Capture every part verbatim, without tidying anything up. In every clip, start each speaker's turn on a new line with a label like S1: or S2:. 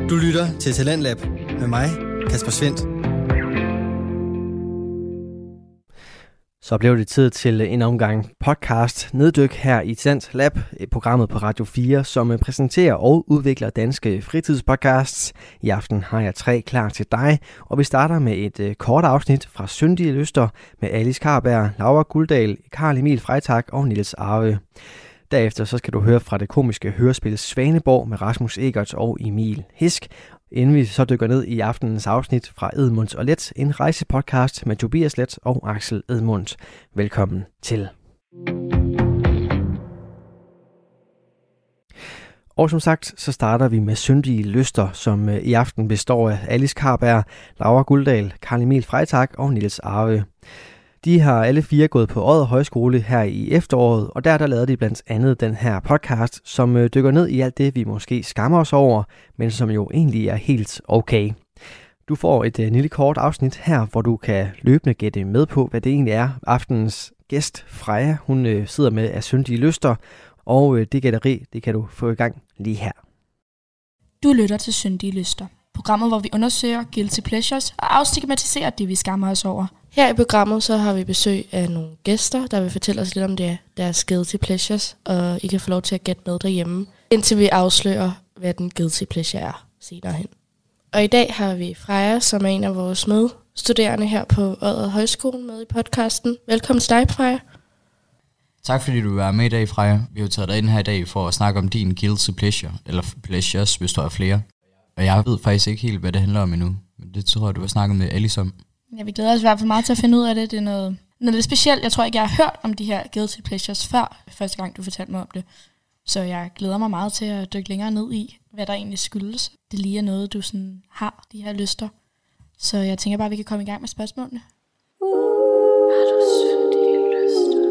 S1: Du lytter til Talentlab med mig, Kasper Svendt. Så blev det tid til en omgang podcast Neddyk her i Talentlab, programmet på Radio fire, som præsenterer og udvikler danske fritidspodcasts. I aften har jeg tre klar til dig, og vi starter med et uh, kort afsnit fra Syndige Lyster med Alice Karberg, Laura Guldal, Carl Emil Freitag og Niels Arve. Derefter så skal du høre fra det komiske hørespil Svaneborg med Rasmus Egert og Emil Hisk, inden vi så dykker ned i aftenens afsnit fra Edmunds og Let, en rejsepodcast med Tobias Let og Axel Edmund. Velkommen til. Og som sagt, så starter vi med Syndige Lyster, som i aften består af Alice Karberg, Laura Guldal, Carl Emil Freitag og Niels Arve. De har alle fire gået på Odder Højskole her i efteråret, og der, der lavede de blandt andet den her podcast, som øh, dykker ned i alt det, vi måske skammer os over, men som jo egentlig er helt okay. Du får et øh, lille kort afsnit her, hvor du kan løbende gætte med på, hvad det egentlig er. Aftenens gæst, Freja, hun øh, sidder med af Syndige Lyster, og øh, det gætteri, det kan du få i gang lige her.
S2: Du lytter til Syndige Lyster, programmet, hvor vi undersøger guilty pleasures og afstigmatiserer det, vi skammer os over.
S3: Her i programmet så har vi besøg af nogle gæster, der vil fortælle os lidt om det, deres guilty pleasures, og I kan få lov til at gætte med derhjemme, indtil vi afslører, hvad den guilty pleasure er senere hen. Og i dag har vi Freja, som er en af vores medstuderende her på Odder Højskole med i podcasten. Velkommen til dig, Freja.
S4: Tak fordi du er med i dag, Freja. Vi har taget dig ind her i dag for at snakke om din guilty pleasure, eller pleasures, hvis du har flere. Og jeg ved faktisk ikke helt, hvad det handler om endnu, men det tror jeg, du har snakket med Alice om.
S2: Ja, vi glæder os i hvert fald meget til at finde ud af det. Det er noget, noget lidt specielt. Jeg tror ikke, jeg har hørt om de her guilty pleasures før, første gang du fortalte mig om det. Så jeg glæder mig meget til at dykke længere ned i, hvad der egentlig skyldes. Det lige er noget, du sådan har, de her lyster. Så jeg tænker bare, at vi kan komme i gang med spørgsmålene.
S3: Har du syndige lyster?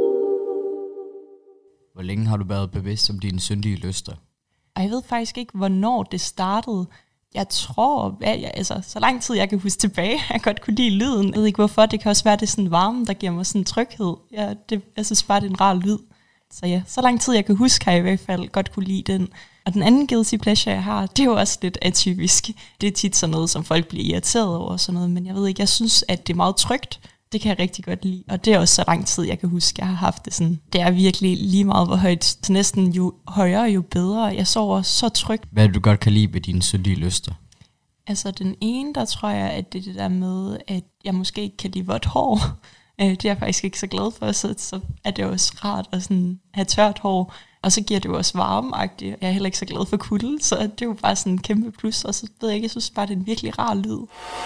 S4: Hvor længe har du været bevidst om dine syndige lyster?
S5: Og jeg ved faktisk ikke, hvornår det startede. Jeg tror, at jeg, altså, så lang tid jeg kan huske tilbage, jeg godt kunne lide lyden. Jeg ved ikke hvorfor, det kan også være, det er sådan varme, der giver mig sådan tryghed. Jeg, det, jeg synes bare, det er en rar lyd. Så ja, så lang tid jeg kan huske, har jeg i hvert fald godt kunne lide den. Og den anden guilty pleasure, jeg har, det er jo også lidt atypisk. Det er tit sådan noget, som folk bliver irriteret over og sådan noget. Men jeg ved ikke, jeg synes, at det er meget trygt. Det kan jeg rigtig godt lide. Og det er også så lang tid, jeg kan huske, jeg har haft det sådan. Det er virkelig lige meget, hvor højt. Så næsten jo højere, jo bedre. Jeg sover så trygt.
S4: Hvad er det, du godt kan lide ved dine syndige lyster?
S5: Altså den ene, der tror jeg, at det er det der med, at jeg måske ikke kan lide vådt hår. Det er jeg faktisk ikke så glad for, så, så er det også rart at sådan have tørt hår. Og så giver det jo også varmeagtigt. Jeg er heller ikke så glad for kulde, så det er jo bare sådan en kæmpe plus. Og så ved jeg ikke, jeg synes bare, det er en virkelig rar lyd.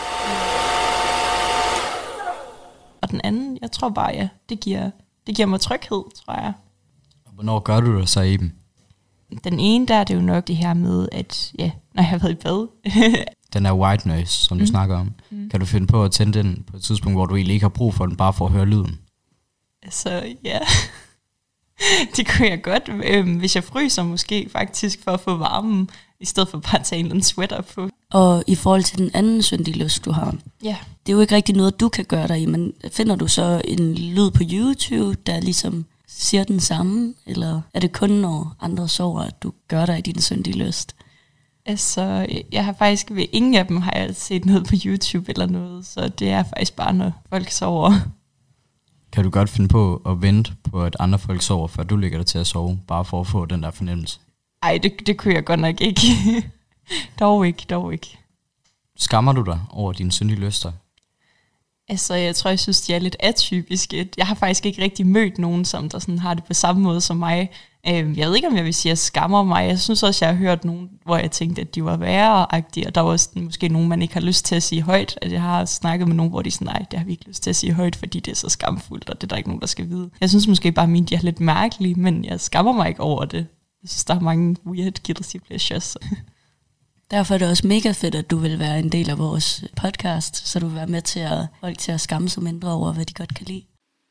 S5: Og den anden, jeg tror bare, ja, det giver, det giver mig tryghed, tror jeg.
S4: Og hvornår gør du det så i dem?
S5: Den ene, der er det jo nok det her med, at ja, når jeg har været i bad.
S4: Den er white noise, som du mm. snakker om. Mm. Kan du finde på at tænde den på et tidspunkt, hvor du egentlig ikke har brug for den, bare for at høre lyden?
S5: Altså, ja. Det kunne jeg godt, øhm, hvis jeg fryser måske faktisk for at få varmen, i stedet for bare at tage en eller anden sweater på.
S6: Og i forhold til den anden syndige lyst, du har,
S5: ja.
S6: Det er jo ikke rigtig noget, du kan gøre dig i, men finder du så en lyd på YouTube, der ligesom siger den samme, eller er det kun når andre sover, at du gør dig i din syndige lyst?
S5: Altså, jeg har faktisk ved ingen af dem har jeg set noget på YouTube eller noget, så det er faktisk bare, når folk sover.
S4: Kan du godt finde på at vente på, at andre folk sover, før du ligger dig til at sove, bare for at få den der fornemmelse?
S5: Ej, det, det kunne jeg godt nok ikke. dog ikke, dog ikke.
S4: Skammer du dig over dine syndige lyster?
S5: Altså, jeg tror, jeg synes, de er lidt atypiske. Jeg har faktisk ikke rigtig mødt nogen, som der sådan har det på samme måde som mig. Jeg ved ikke, om jeg vil sige, at jeg skammer mig. Jeg synes også, jeg har hørt nogen, hvor jeg tænkte, at de var værre-agtige, og der var også måske nogen, man ikke har lyst til at sige højt. At jeg har snakket med nogen, hvor de sådan, nej, det har vi ikke lyst til at sige højt, fordi det er så skamfuldt, og det er der ikke nogen, der skal vide. Jeg synes måske bare, at mine de er lidt mærkelige, men jeg skammer mig ikke over det. Jeg synes, der er mange weird guilty pleasures.
S6: Derfor er det også mega fedt, at du vil være en del af vores podcast, så du vil være med til at folk til at skamme sig mindre over, hvad de godt kan lide.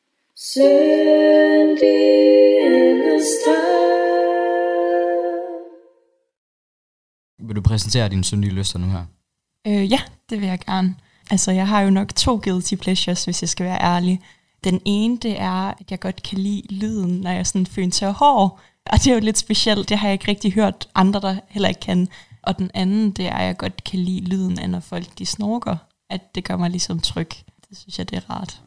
S4: Vil du præsentere dine syndige lyster nu her?
S5: Øh, ja, det vil jeg gerne. Altså, jeg har jo nok to guilty pleasures, hvis jeg skal være ærlig. Den ene, det er, at jeg godt kan lide lyden, når jeg sådan fønser hår. Og det er jo lidt specielt, det har jeg ikke rigtig hørt andre, der heller ikke kan. Og den anden, det er, at jeg godt kan lide lyden af, når folk de snorker. At det gør mig ligesom tryg. Det synes jeg, det er rart.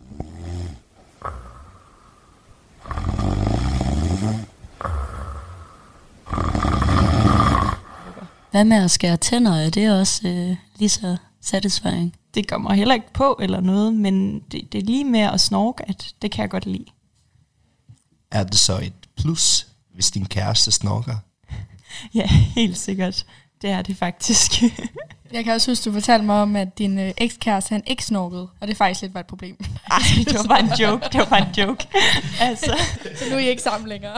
S6: Hvad med at skære tænder? Er det også øh, lige så satisfying?
S5: Det gør mig heller ikke på eller noget, men det, det er lige med at snorke, at det kan jeg godt lide.
S7: Er det så et plus, hvis din kæreste snorker?
S5: Ja, helt sikkert. Det er det faktisk.
S2: Jeg kan også huske, du fortalte mig om, at din øh, ekskæreste, han ikke snorkede, og det faktisk lidt var et problem.
S5: Ej, det var bare en joke. Det var bare en joke. Altså.
S2: Så nu er I ikke sammen længere.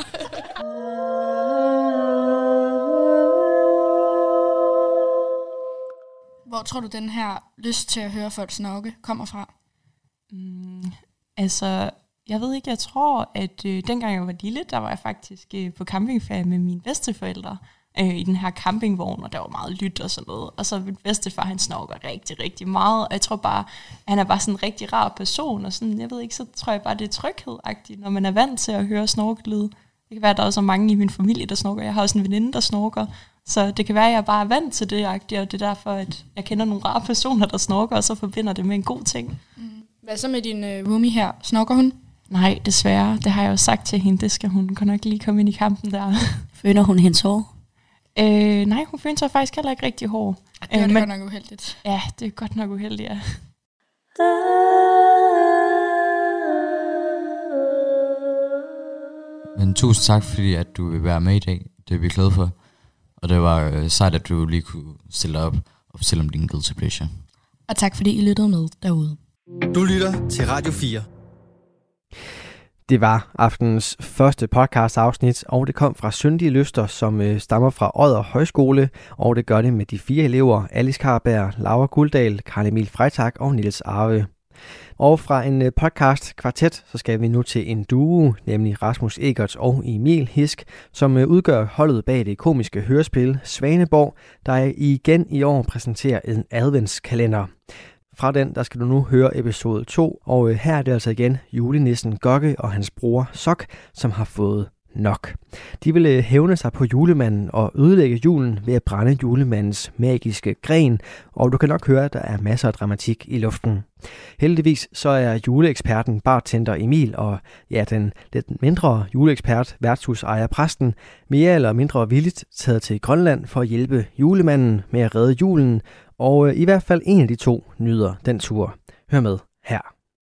S2: Hvor tror du, den her lyst til at høre folk snorke kommer fra?
S5: Mm, altså, jeg ved ikke, jeg tror, at øh, dengang jeg var lille, der var jeg faktisk øh, på campingferie med mine bedsteforældre øh, i den her campingvogn, og der var meget lyt og sådan noget. Og så min bedstefar, han snorker rigtig, rigtig meget, og jeg tror bare, han er bare sådan en rigtig rar person, og sådan, jeg ved ikke, så tror jeg bare, det er tryghed-agtigt, når man er vant til at høre snorkelyd. Det kan være, at der er også mange i min familie, der snorker. Jeg har også en veninde, der snorker. Så det kan være, at jeg bare er vant til det, og det er derfor, at jeg kender nogle rare personer, der snorker, og så forbinder det med en god ting.
S2: Mm. Hvad så med din øh, roomie her? Snorker hun?
S5: Nej, desværre. Det har jeg jo sagt til hende. Det skal hun godt nok lige komme ind i kampen der.
S6: Føner hun hendes hår?
S5: Øh, nej, hun føler sig faktisk heller ikke rigtig hård.
S2: Det er øh, det men, godt nok uheldigt.
S5: Ja, det er godt nok uheldigt, ja.
S4: Men tusind tak, fordi at du vil være med i dag. Det er vi glade for. Og det var øh, sejt, at du lige kunne stille op og fortælle om din guilty pleasure.
S2: Og tak fordi I lyttede med derude.
S1: Du lytter til Radio fire. Det var aftenens første podcast afsnit, og det kom fra Syndige Lyster, som øh, stammer fra Odder Højskole, og det gør det med de fire elever, Alice Karberg, Laura Guldal, Karl Emil Freitag og Niels Arve. Og fra en øh, podcast kvartet, så skal vi nu til en duo, nemlig Rasmus Egert og Emil Hisk, som øh, udgør holdet bag det komiske hørespil Svaneborg, der igen i år præsenterer en adventskalender. Fra den, der skal du nu høre episode to, og her er det altså igen julenissen Gokke og hans bror Sok, som har fået nok. De vil hævne sig på julemanden og ødelægge julen ved at brænde julemandens magiske gren, og du kan nok høre, at der er masser af dramatik i luften. Heldigvis så er juleeksperten bartender Emil og ja, den lidt mindre juleekspert værtshusejer præsten mere eller mindre villigt taget til Grønland for at hjælpe julemanden med at redde julen, og i hvert fald en af de to nyder den tur. Hør med her.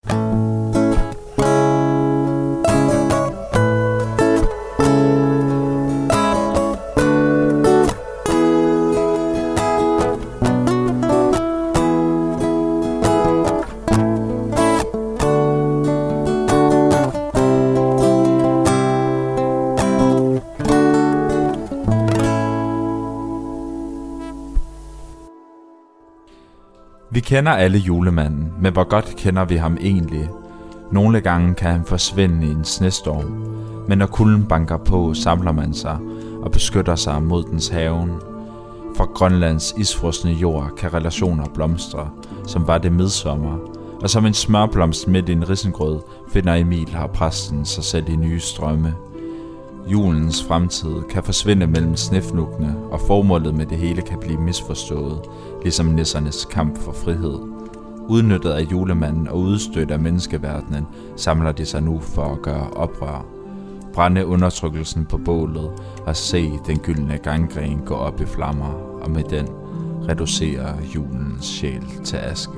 S8: Vi kender alle julemanden, men hvor godt kender vi ham egentlig? Nogle gange kan han forsvinde i en snestorm, men når kulden banker på, samler man sig og beskytter sig mod dens haven. Fra Grønlands isfrosne jord kan relationer blomstre, som var det midsommer, og som en smørblomst midt i en risengrød finder Emil og præsten sig selv i nye strømme. Julens fremtid kan forsvinde mellem snefnugene, og formålet med det hele kan blive misforstået, ligesom nissernes kamp for frihed. Udnyttet af julemanden og udstødt af menneskeverdenen, samler de sig nu for at gøre oprør. Brænde undertrykkelsen på bålet og se den gyldne ganggren gå op i flammer, og med den reducere julens sjæl til aske.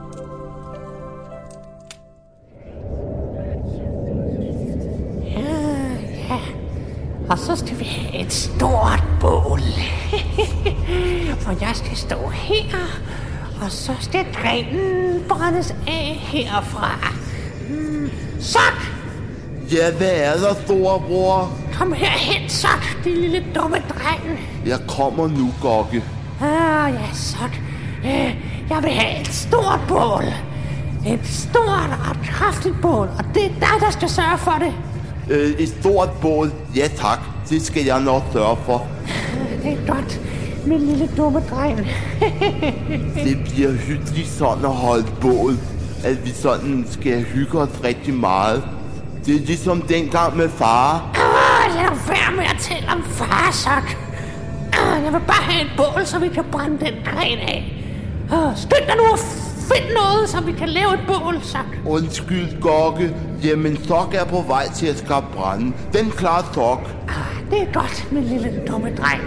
S9: Og så skal vi have et stort bål. Og jeg skal stå her, og så skal grenen brændes af herfra. Mm. Sok!
S10: Ja, hvad er der, storebror?
S9: Kom herhen, Sok, din lille dumme dreng.
S10: Jeg kommer nu, Gokke.
S9: Ah, ja, Sok. Øh, jeg vil have et stort bål. Et stort og kraftigt bål, og det er dig, der skal sørge for det.
S10: Øh, et stort bål? Ja, tak. Det skal jeg nok sørge for.
S9: Det er godt, min lille dumme dreng.
S10: Det bliver hyggeligt sådan at holde bål. At vi sådan skal hygge os rigtig meget. Det er ligesom dengang med far.
S9: Ah, lad være med at tale om far, Sok. Ah, jeg vil bare have et bål, så vi kan brænde den gren af. Uh, Skynd dig nu og find noget, så vi kan lave et bål, Sok.
S10: Undskyld, Gokke. Jamen, Sok er på vej til at skabe branden. Den klarer Sok.
S9: Ah, det er godt, min lille dumme dreng.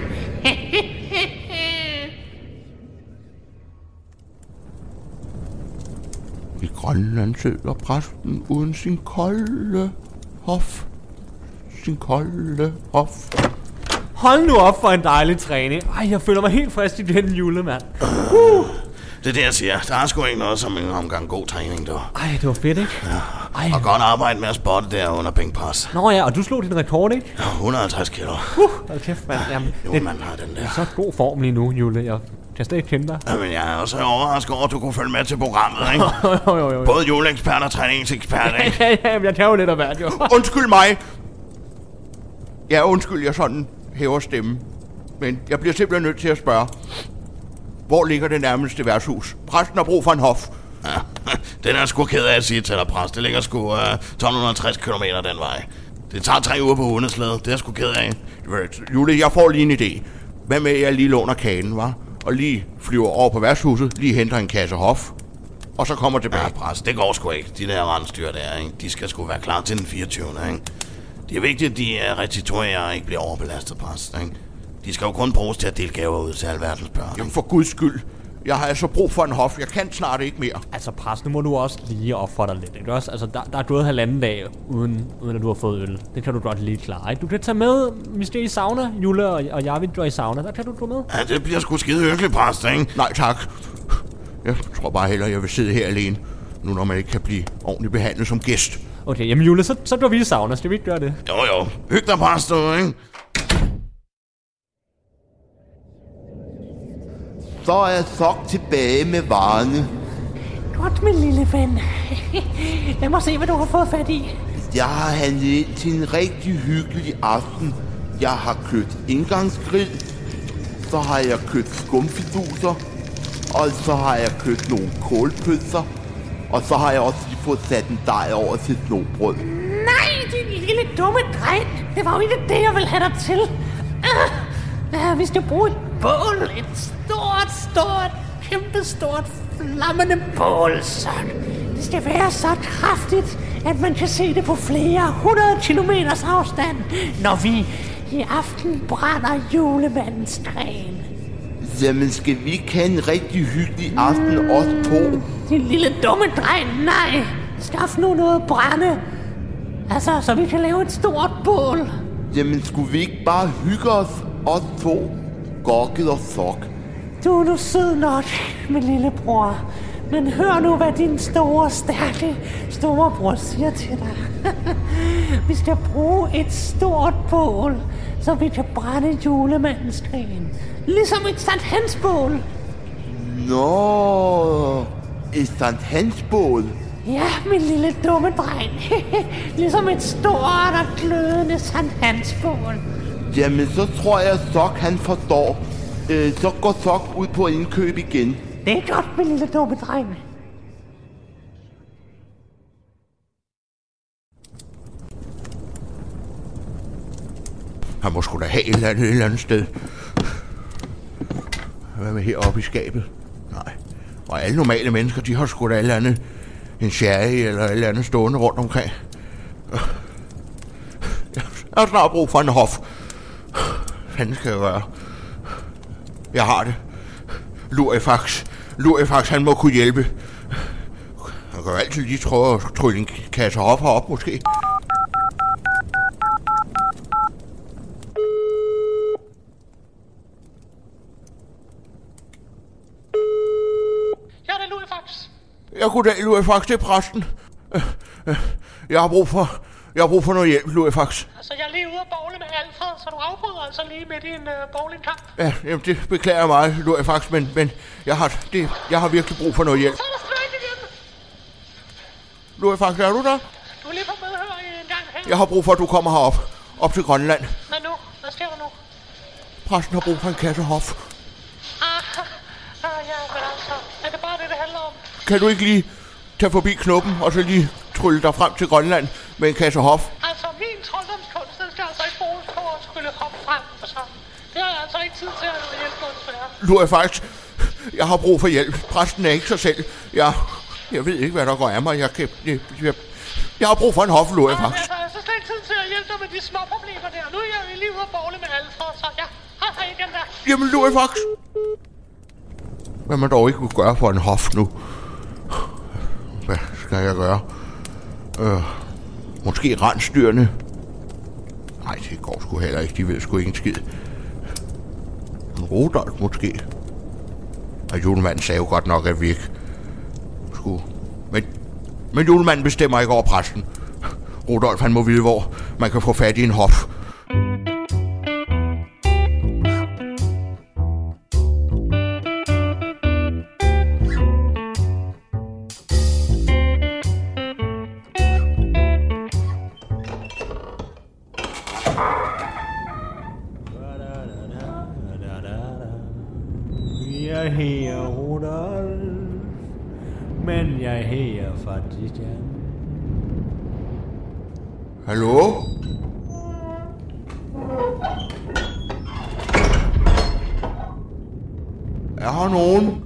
S10: I Grønland sidder præsten uden sin kolde hof. Sin kolde hof.
S11: Hold nu op for en dejlig træning. Ej, jeg føler mig helt frisk i den julemand. Uh.
S12: Det er det, jeg siger. Der er sgu ikke noget som en omgang god træning, du.
S11: Ej, det var fedt, ikke?
S12: Ja. Ej. Og godt arbejde med at spotte der under bænkpres.
S11: Nå ja, og du slog din rekord, ikke?
S12: Ja, et hundrede og halvtreds kilo.
S11: Uh, hold kæft, mand. Jamen,
S12: jo,
S11: det,
S12: man har den der.
S11: Det er så god form lige nu, Jule. Jeg kan slet ikke kende dig.
S12: Jamen, jeg er også overrasket over, at du kunne følge med til programmet, ikke?
S11: jo, jo, jo, jo.
S12: Både juleekspert og træningsekspert, ikke?
S11: ja, ja, jeg tager jo lidt af hvert, jo.
S10: Undskyld mig. Ja, undskyld, jeg sådan hæver stemmen. Men jeg bliver simpelthen nødt til at spørge. Hvor ligger det nærmeste værtshus? Præsten har brug for en hof.
S12: Ja, den er sgu ked af at sige til dig, præst. Det ligger sgu uh, tolv hundrede og tres kilometer den vej. Det tager tre uger på hundeslæde. Det er sgu ked af.
S10: Jule, jeg får lige en idé. Hvad med, at jeg lige låner kagen, hva? Og lige flyver over på værtshuset, lige henter en kasse hof, og så kommer tilbage.
S12: Ja, præst, det går sgu ikke. De der rensdyr der, ikke? De skal sgu være klar til den fireogtyvende, ikke? Det er vigtigt, at de uh, restituerer og ikke bliver overbelastet, præst, ikke? De skal jo kun bruges til at dele gaver ud til alverdens børn.
S10: Jamen for guds skyld. Jeg har altså brug for en hof. Jeg kan snart ikke mere.
S11: Altså præst, nu må du også lige opføre dig lidt, ikke også? Altså der, der er gået halvanden dag, uden, uden at du har fået øl. Det kan du godt lige klare, ikke? Du kan tage med, hvis det er i sauna, Jule og, og jeg vil i sauna. Der kan du gå med.
S12: Ja, det bliver sgu skide hyggeligt, præst, ikke?
S10: Nej tak. Jeg tror bare hellere, jeg vil sidde her alene. Nu når man ikke kan blive ordentligt behandlet som gæst.
S11: Okay, jamen Jule, så, så går vi i sauna. Skal vi ikke gøre det?
S12: Jo jo, hyg dig, præst, ikke?
S10: Så er Sok tilbage med varerne.
S9: Godt, min lille ven. Lad mig se, hvad du har fået fat i.
S10: Jeg har handlet ind til en rigtig hyggelig aften. Jeg har købt indgangsgrill. Så har jeg købt skumfiduser. Og så har jeg købt nogle kålpølser. Og så har jeg også lige fået sat en dej over til snobrød.
S9: Nej, din lille dumme dreng. Det var jo ikke det, jeg ville have dig til. Uh, vi skal bruge et bål. Et stort, stort, kæmpe stort, flammende bål, så. Det skal være så kraftigt, at man kan se det på flere hundrede kilometers afstand, når vi i aften brænder julemandens gren.
S10: Jamen, skal vi ikke have en rigtig hyggelig aften, mm, os to?
S9: Din lille dumme dreng, nej. Skaf nu noget brænde. Altså, så vi kan lave et stort bål.
S10: Jamen, skulle vi ikke bare hygge os, os to? Gokket og Sok.
S9: Du er nu sød nok, min lille bror. Men hør nu, hvad din store, stærke storebror siger til dig. Vi skal bruge et stort bål, så vi kan brænde julemandens gren. Ligesom et Sankt Hans bål.
S10: Nå, et Sankt Hans bål.
S9: Ja, min lille dumme dreng. Ligesom et stort og glødende Sankt Hans bål.
S10: Jamen, så tror jeg, Sok han forstår. Øh, så går Sok ud på indkøb igen.
S9: Det er godt, min lille dumme dreng.
S10: Han må sgu da have et eller andet, et eller andet sted. Hvad med heroppe i skabet? Nej. Og alle normale mennesker, de har sgu da et eller andet, en sherry eller et eller andet stående rundt omkring. Jeg har snart brug for en hof. Hvad fanden skal jeg gøre? Jeg har det. Lurifax. Lurifax, han må kunne hjælpe. Jeg kan jo altid lige prøve at trylle en kasse hof herop, måske.
S9: Ja, det er Lurifax.
S10: Ja, goddag, Lurifax, det er præsten. Jeg har brug for, jeg har brug for noget hjælp, Lurifax.
S9: Altså, jeg er lige ude at bowle med Alfred, så du afbryder altså lige midt i en uh, bowlingkamp.
S10: Ja, jamen, det beklager jeg meget, Lurifax, men, men jeg, har, det, jeg har virkelig brug for noget hjælp.
S9: Så er der strøjt igen.
S10: Lurifax, er du der?
S9: Du er lige på medhør i en gang her.
S10: Jeg har brug for, at du kommer herop. Op til Grønland.
S9: Hvad nu? Hvad sker der nu?
S10: Præsten har brug for en kasse hof.
S9: Ah, ah, ja, men altså, er det bare det, det handler om?
S10: Kan du ikke lige tage forbi knuppen, og så lige trylle dig frem til Grønland med en kasse hof?
S9: Altså, min trolddomskunst, den skal altså ikke bruges på at skylle hop frem, så det har jeg altså ikke tid til at
S10: Nu er jeg faktisk... Jeg har brug for hjælp. Præsten er ikke sig selv. Jeg, jeg ved ikke, hvad der går af mig. Jeg, kan, jeg, jeg, jeg har brug for en hof, nu er jeg faktisk.
S9: Altså, jeg har så slet ikke tid til at hjælpe dig med de små problemer der. Nu er jeg jo lige ude og bogle med alle for, så jeg har her igen der.
S10: Jamen, nu er jeg faktisk... Hvad man dog ikke kunne gøre for en hof nu? Hvad skal jeg gøre? Øh, måske rensdyrene? Nej, det går sgu heller ikke. De ved sgu ikke en skid. En Rudolf måske? Og julemanden sagde jo godt nok, at vi ikke skulle... Men, men julemanden bestemmer ikke over præsten. Rudolf, han må vide, hvor man kan få fat i en hof.
S11: Jeg hedder Rudolf, men jeg hedder faktisk Jan.
S10: Hallo? Er her nogen?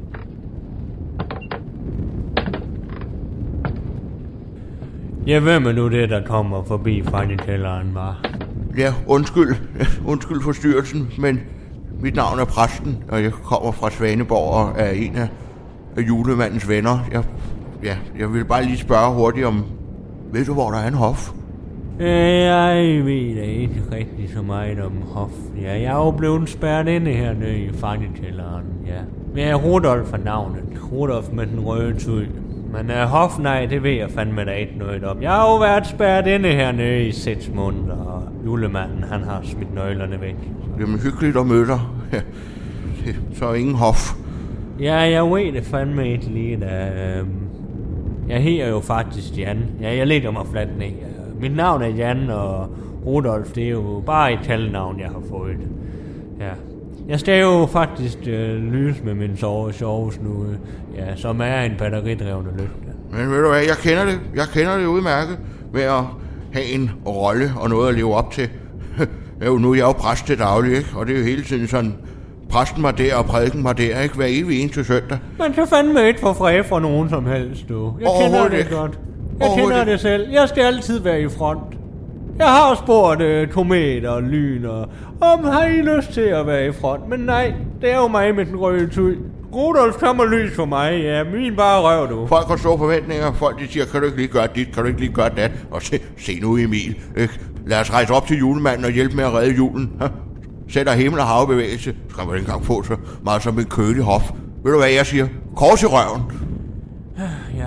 S11: Ja, hvem er nu det, der kommer forbi fangekælderen, var?
S10: Ja, undskyld. Undskyld forstyrrelsen, men mit navn er præsten, og jeg kommer fra Svaneborg og er en af, af julemandens venner. Jeg, ja, jeg vil bare lige spørge hurtigt om, ved du, hvor der er en hof?
S11: Jeg ved da ikke rigtig så meget om hof. Ja, jeg er jo blevet spærret inde hernede i fangekælderen, ja. Jeg er Rudolf for navnet. Rudolf med den røde tud. Men uh, hof, nej, det ved jeg fandme da ikke noget om. Jeg har jo været spærret inde hernede i seks måneder, og julemanden, han har smidt nøglerne væk.
S10: Jamen, hyggeligt at møde dig. Ja. Så ingen hof.
S11: Ja, jeg ved det fandme ikke lige da. Jeg hedder jo faktisk Jan. Ja, jeg lægger mig fladt ned. Mit navn er Jan, og Rudolf, det er jo bare et talnavn, jeg har fået. Ja. Jeg skal jo faktisk øh, lys med min sove sovs nu, øh, ja, som er en batteridrevne lygte.
S10: Men ved du hvad, jeg kender det. Jeg kender det udmærket med at have en rolle og noget at leve op til. Jo, nu er jeg jo præst til daglig, ikke? Og det er jo hele tiden sådan, præsten var der, og prædiken var der, ikke? Hver evig eneste søndag.
S11: Man kan fandme ikke få fred for nogen som helst, du. Jeg kender det ikke. Godt. Jeg kender det selv. Jeg skal altid være i front. Jeg har spurgt uh, kometer og lyn, og om har I lyst til at være i front? Men nej, det er jo mig med den røde tud. Rudolf kommer lys for mig, ja, min bare røv, du.
S10: Folk har store forventninger. Folk de siger, kan du ikke lige gøre dit, kan du ikke lige gøre dat? Og se, se nu Emil, ikke? Lad os rejse op til julemanden og hjælpe med at redde julen. Ha? Sætter himmel og hav bevægelse, så kan man ikke engang få så meget som en kølig hof. Ved du hvad jeg siger? Kors i røven.
S11: Ja.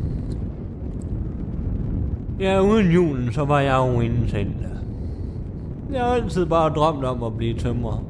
S11: Ja, uden julen, så var jeg jo ingenting. Jeg har altid bare drømt om at blive tømrer.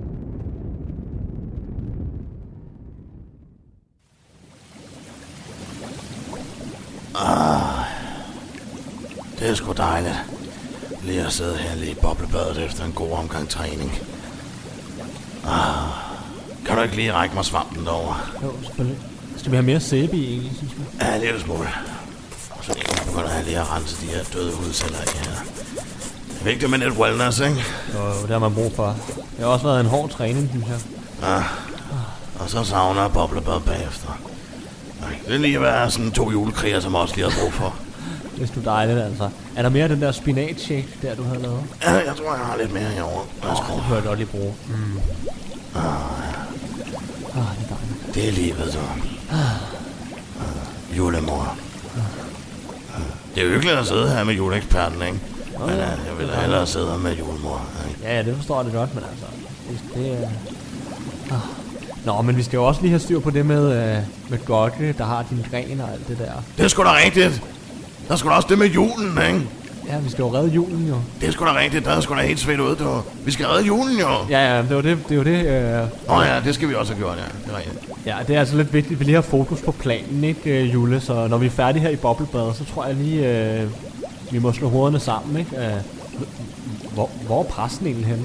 S12: Ah, det er sgu dejligt. Lige at sidde her lige i boblebadet efter en god omgang træning. Ah, kan du ikke lige række mig svampen derovre?
S11: Jo, selvfølgelig. Skal vi have mere sæbe i egentlig, synes du?
S12: Ja, en lille smule. Så jeg begynder jeg lige at rense de her døde hudceller i her. Det er vigtigt med lidt wellness, ikke?
S11: Jo, det har man brug for. Det har også været en hård træning, synes jeg.
S12: Ja, og så savner jeg boblebad bagefter. Det er lige at være sådan to julekriger, som også lige har brug for.
S11: Det er sgu dejligt, altså. Er der mere af den der spinat-shake, der du havde lavet?
S12: Ja, jeg tror, jeg har lidt mere herovre.
S11: Åh, det kunne jeg godt lige bruge. Mm.
S12: Ah, ja.
S11: Ah, det er dejligt.
S12: Det er livet, du. Ah. Ah, julemor. Ah. Det er hyggeligt at sidde her med juleeksperten, ikke? Men ja, jeg vil da hellere sidde her med julemor. Ikke?
S11: Ja, ja, det forstår jeg det godt, men altså... Det, det er... Ah. Nå, men vi skal jo også lige have styr på det med, uh, med Gokke, der har dine gren og alt det der.
S12: Det er sgu da rigtigt. Der er sgu da også det med julen, ikke?
S11: Ja, vi skal jo redde julen, jo.
S12: Det er sgu da rigtigt. Der er sgu da helt svedt ud, du. Vi skal redde julen, jo.
S11: Ja, ja, det var det, det, var det uh...
S12: Nå ja, det skal vi også have gjort, ja. Det er rigtigt.
S11: Ja, det er altså lidt vigtigt, at vi lige har fokus på planen, ikke, uh, Jule? Så når vi er færdige her i boblebadet, så tror jeg lige, uh, vi må slå hovederne sammen, ikke? Uh, hvor, hvor er præsten egentlig henne?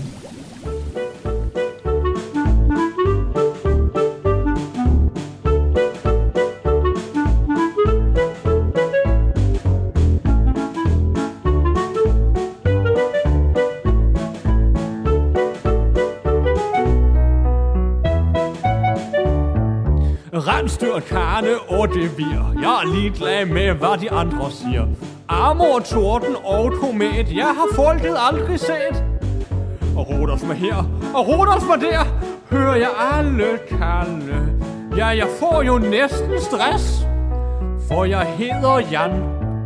S11: Rensdyr, karne og det vir. Jeg er ligeglad med, hvad de andre siger. Amor, torden og komet, jeg har folket aldrig set. Og Rudolf mig her, og Rudolf mig der, hører jeg alle kalde. Ja, jeg får jo næsten stress, for jeg hedder Jan.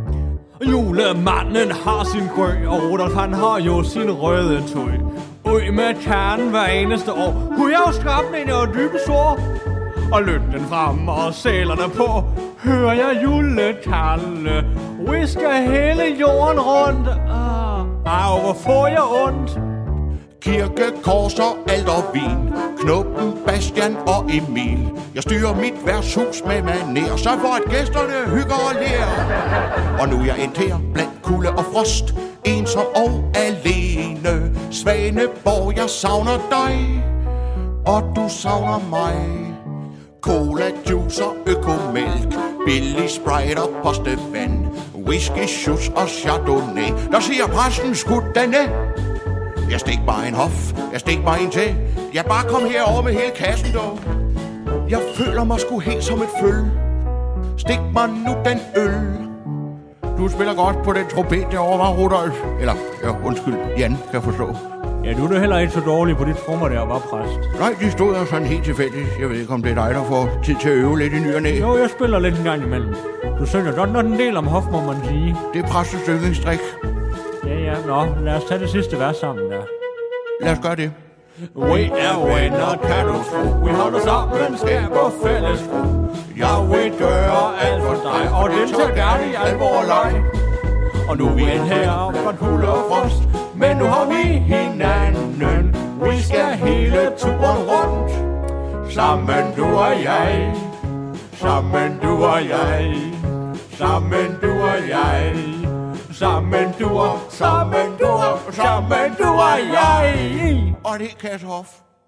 S11: Julemanden har sin grø, og Rudolf han har jo sin røde tøj. Øj med kernen hver eneste år, kunne jeg jo skrabe ind og dybe sår. Og lytten frem og sælerne på, hører jeg julekalde. Vi skal hele jorden rundt, ah, au, hvor får jeg ondt.
S10: Kirke, korser, alt og vin, Knuppen, Bastian og Emil. Jeg styrer mit værtshus med maner, så for at gæsterne hygger og lærer. Og nu er jeg endt her blandt kulde og frost, ensom og alene. Svaneborg, jeg savner dig, og du savner mig. Cola, juice og økomælk, billig Sprite og postevand, whisky, shoes og chardonnay. Der siger præsten skud denne. Jeg stik bare en hof, jeg stik bare en til. Jeg bare kom herover med hele kassen dog. Jeg føler mig sgu helt som et føl. Stik mig nu den øl. Du spiller godt på den trompet derovre, var Rudolf. Eller, ja, undskyld, Jan, kan jeg forstå.
S11: Ja, du er da heller ikke så dårlig på dit trommer der, var præst.
S10: Nej, de stod jo sådan helt tilfældigt. Jeg ved ikke, om det er dig, der får tid til at øve lidt i ny og næ.
S11: Jo, jeg spiller lidt en gang imellem. Du synger godt nok en del om hof, må man sige.
S10: Det er præstens yndlingsstrik.
S11: Ja, ja, nå, lad os tage det sidste vers sammen der.
S10: Lad os gøre det.
S11: We er venner, kan du tro. Vi holder sammen, skaber fælles ro. Jeg vil gøre alt for dig, og den tager gerne i alvor leg. Og nu er vi en her fra kulde og frost, men nu har vi hinanden. Vi skal hele turen rundt. Sammen du og jeg. Sammen du og jeg. Sammen du og jeg. Sammen du og, sammen du og, sammen du og jeg.
S10: Og det er Kashoff.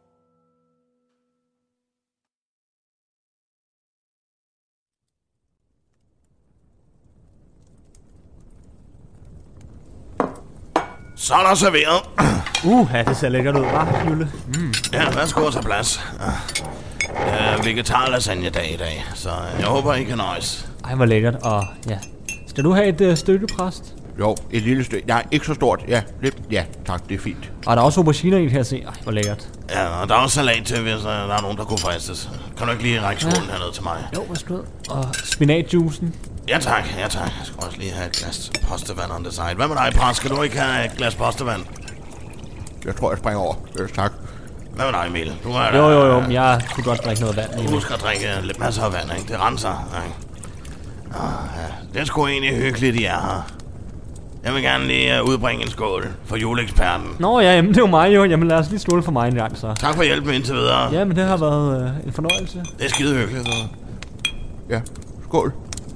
S12: Så er der serveret.
S11: Uh, ja, det ser lækkert ud, hva', Jule?
S12: Mm. Ja, værsgo at tage plads. Uh, vegetar-lasagne dag i dag, så jeg håber, I kan nøjes.
S11: Ej, hvor lækkert, og ja. Skal du have et uh, stykke, præst?
S10: Jo, et lille stykke. Nej, ikke så stort. Ja, lidt. Ja, tak, det er fint.
S11: Og der er også auberginer i, kan jeg se. Ej, hvor lækkert.
S12: Ja, og der er også salat til, hvis uh, der er nogen, der kunne fristes. Kan du ikke lige række skålen ja. hernede til mig?
S11: Jo, værsgo. Og spinatjuicen.
S12: Ja tak, ja tak. Jeg skal også lige have et glas postevand on the side. Hvad med dig, præst? Skal du ikke have et glas postevand?
S10: Jeg tror, jeg springer over. Øh, tak.
S12: Hvad med dig, Emil? Du er
S11: jo, jo, jo. Jeg kunne godt drikke noget vand.
S12: Du skal drikke lidt masser af vand, ikke? Det renser, ikke? Ah, ja. Det er sgu egentlig hyggeligt, I er her. Jeg vil gerne lige uh, udbringe en skål for juleeksperten.
S11: Nå ja, jamen, det er jo mig jo. Jamen lad os lige skåle for mig en gang, så.
S12: Tak for hjælpen indtil videre.
S11: Jamen det har været uh, en fornøjelse.
S12: Det er skide hyggeligt, så.
S10: Ja, skål.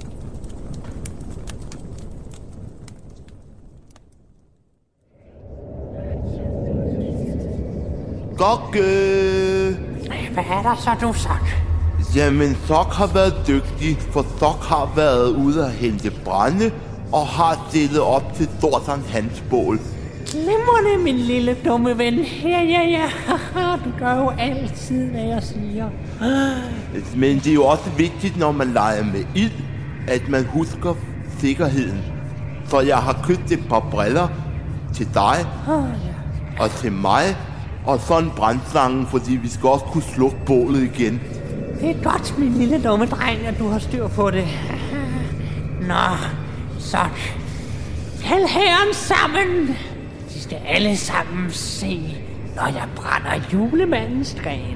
S10: Gokke!
S9: Hvad er der så, du Sok?
S10: Jamen, Sok har været dygtig, for Sok har været ude at hente brænde og har stillet op til Thorson hans bål.
S9: Glimrende, min lille dumme ven. Ja, ja, ja. Du gør jo altid, hvad jeg siger.
S10: Men det er jo også vigtigt, når man leger med ild, at man husker sikkerheden. Så jeg har købt et par briller til dig og til mig, og så en brandslange, fordi vi skal også kunne slukke bålet igen.
S9: Det er godt, min lille dumme dreng, at du har styr på det. Nå, Sok. Kald herren sammen. De skal alle sammen se, når jeg brænder julemandens gren.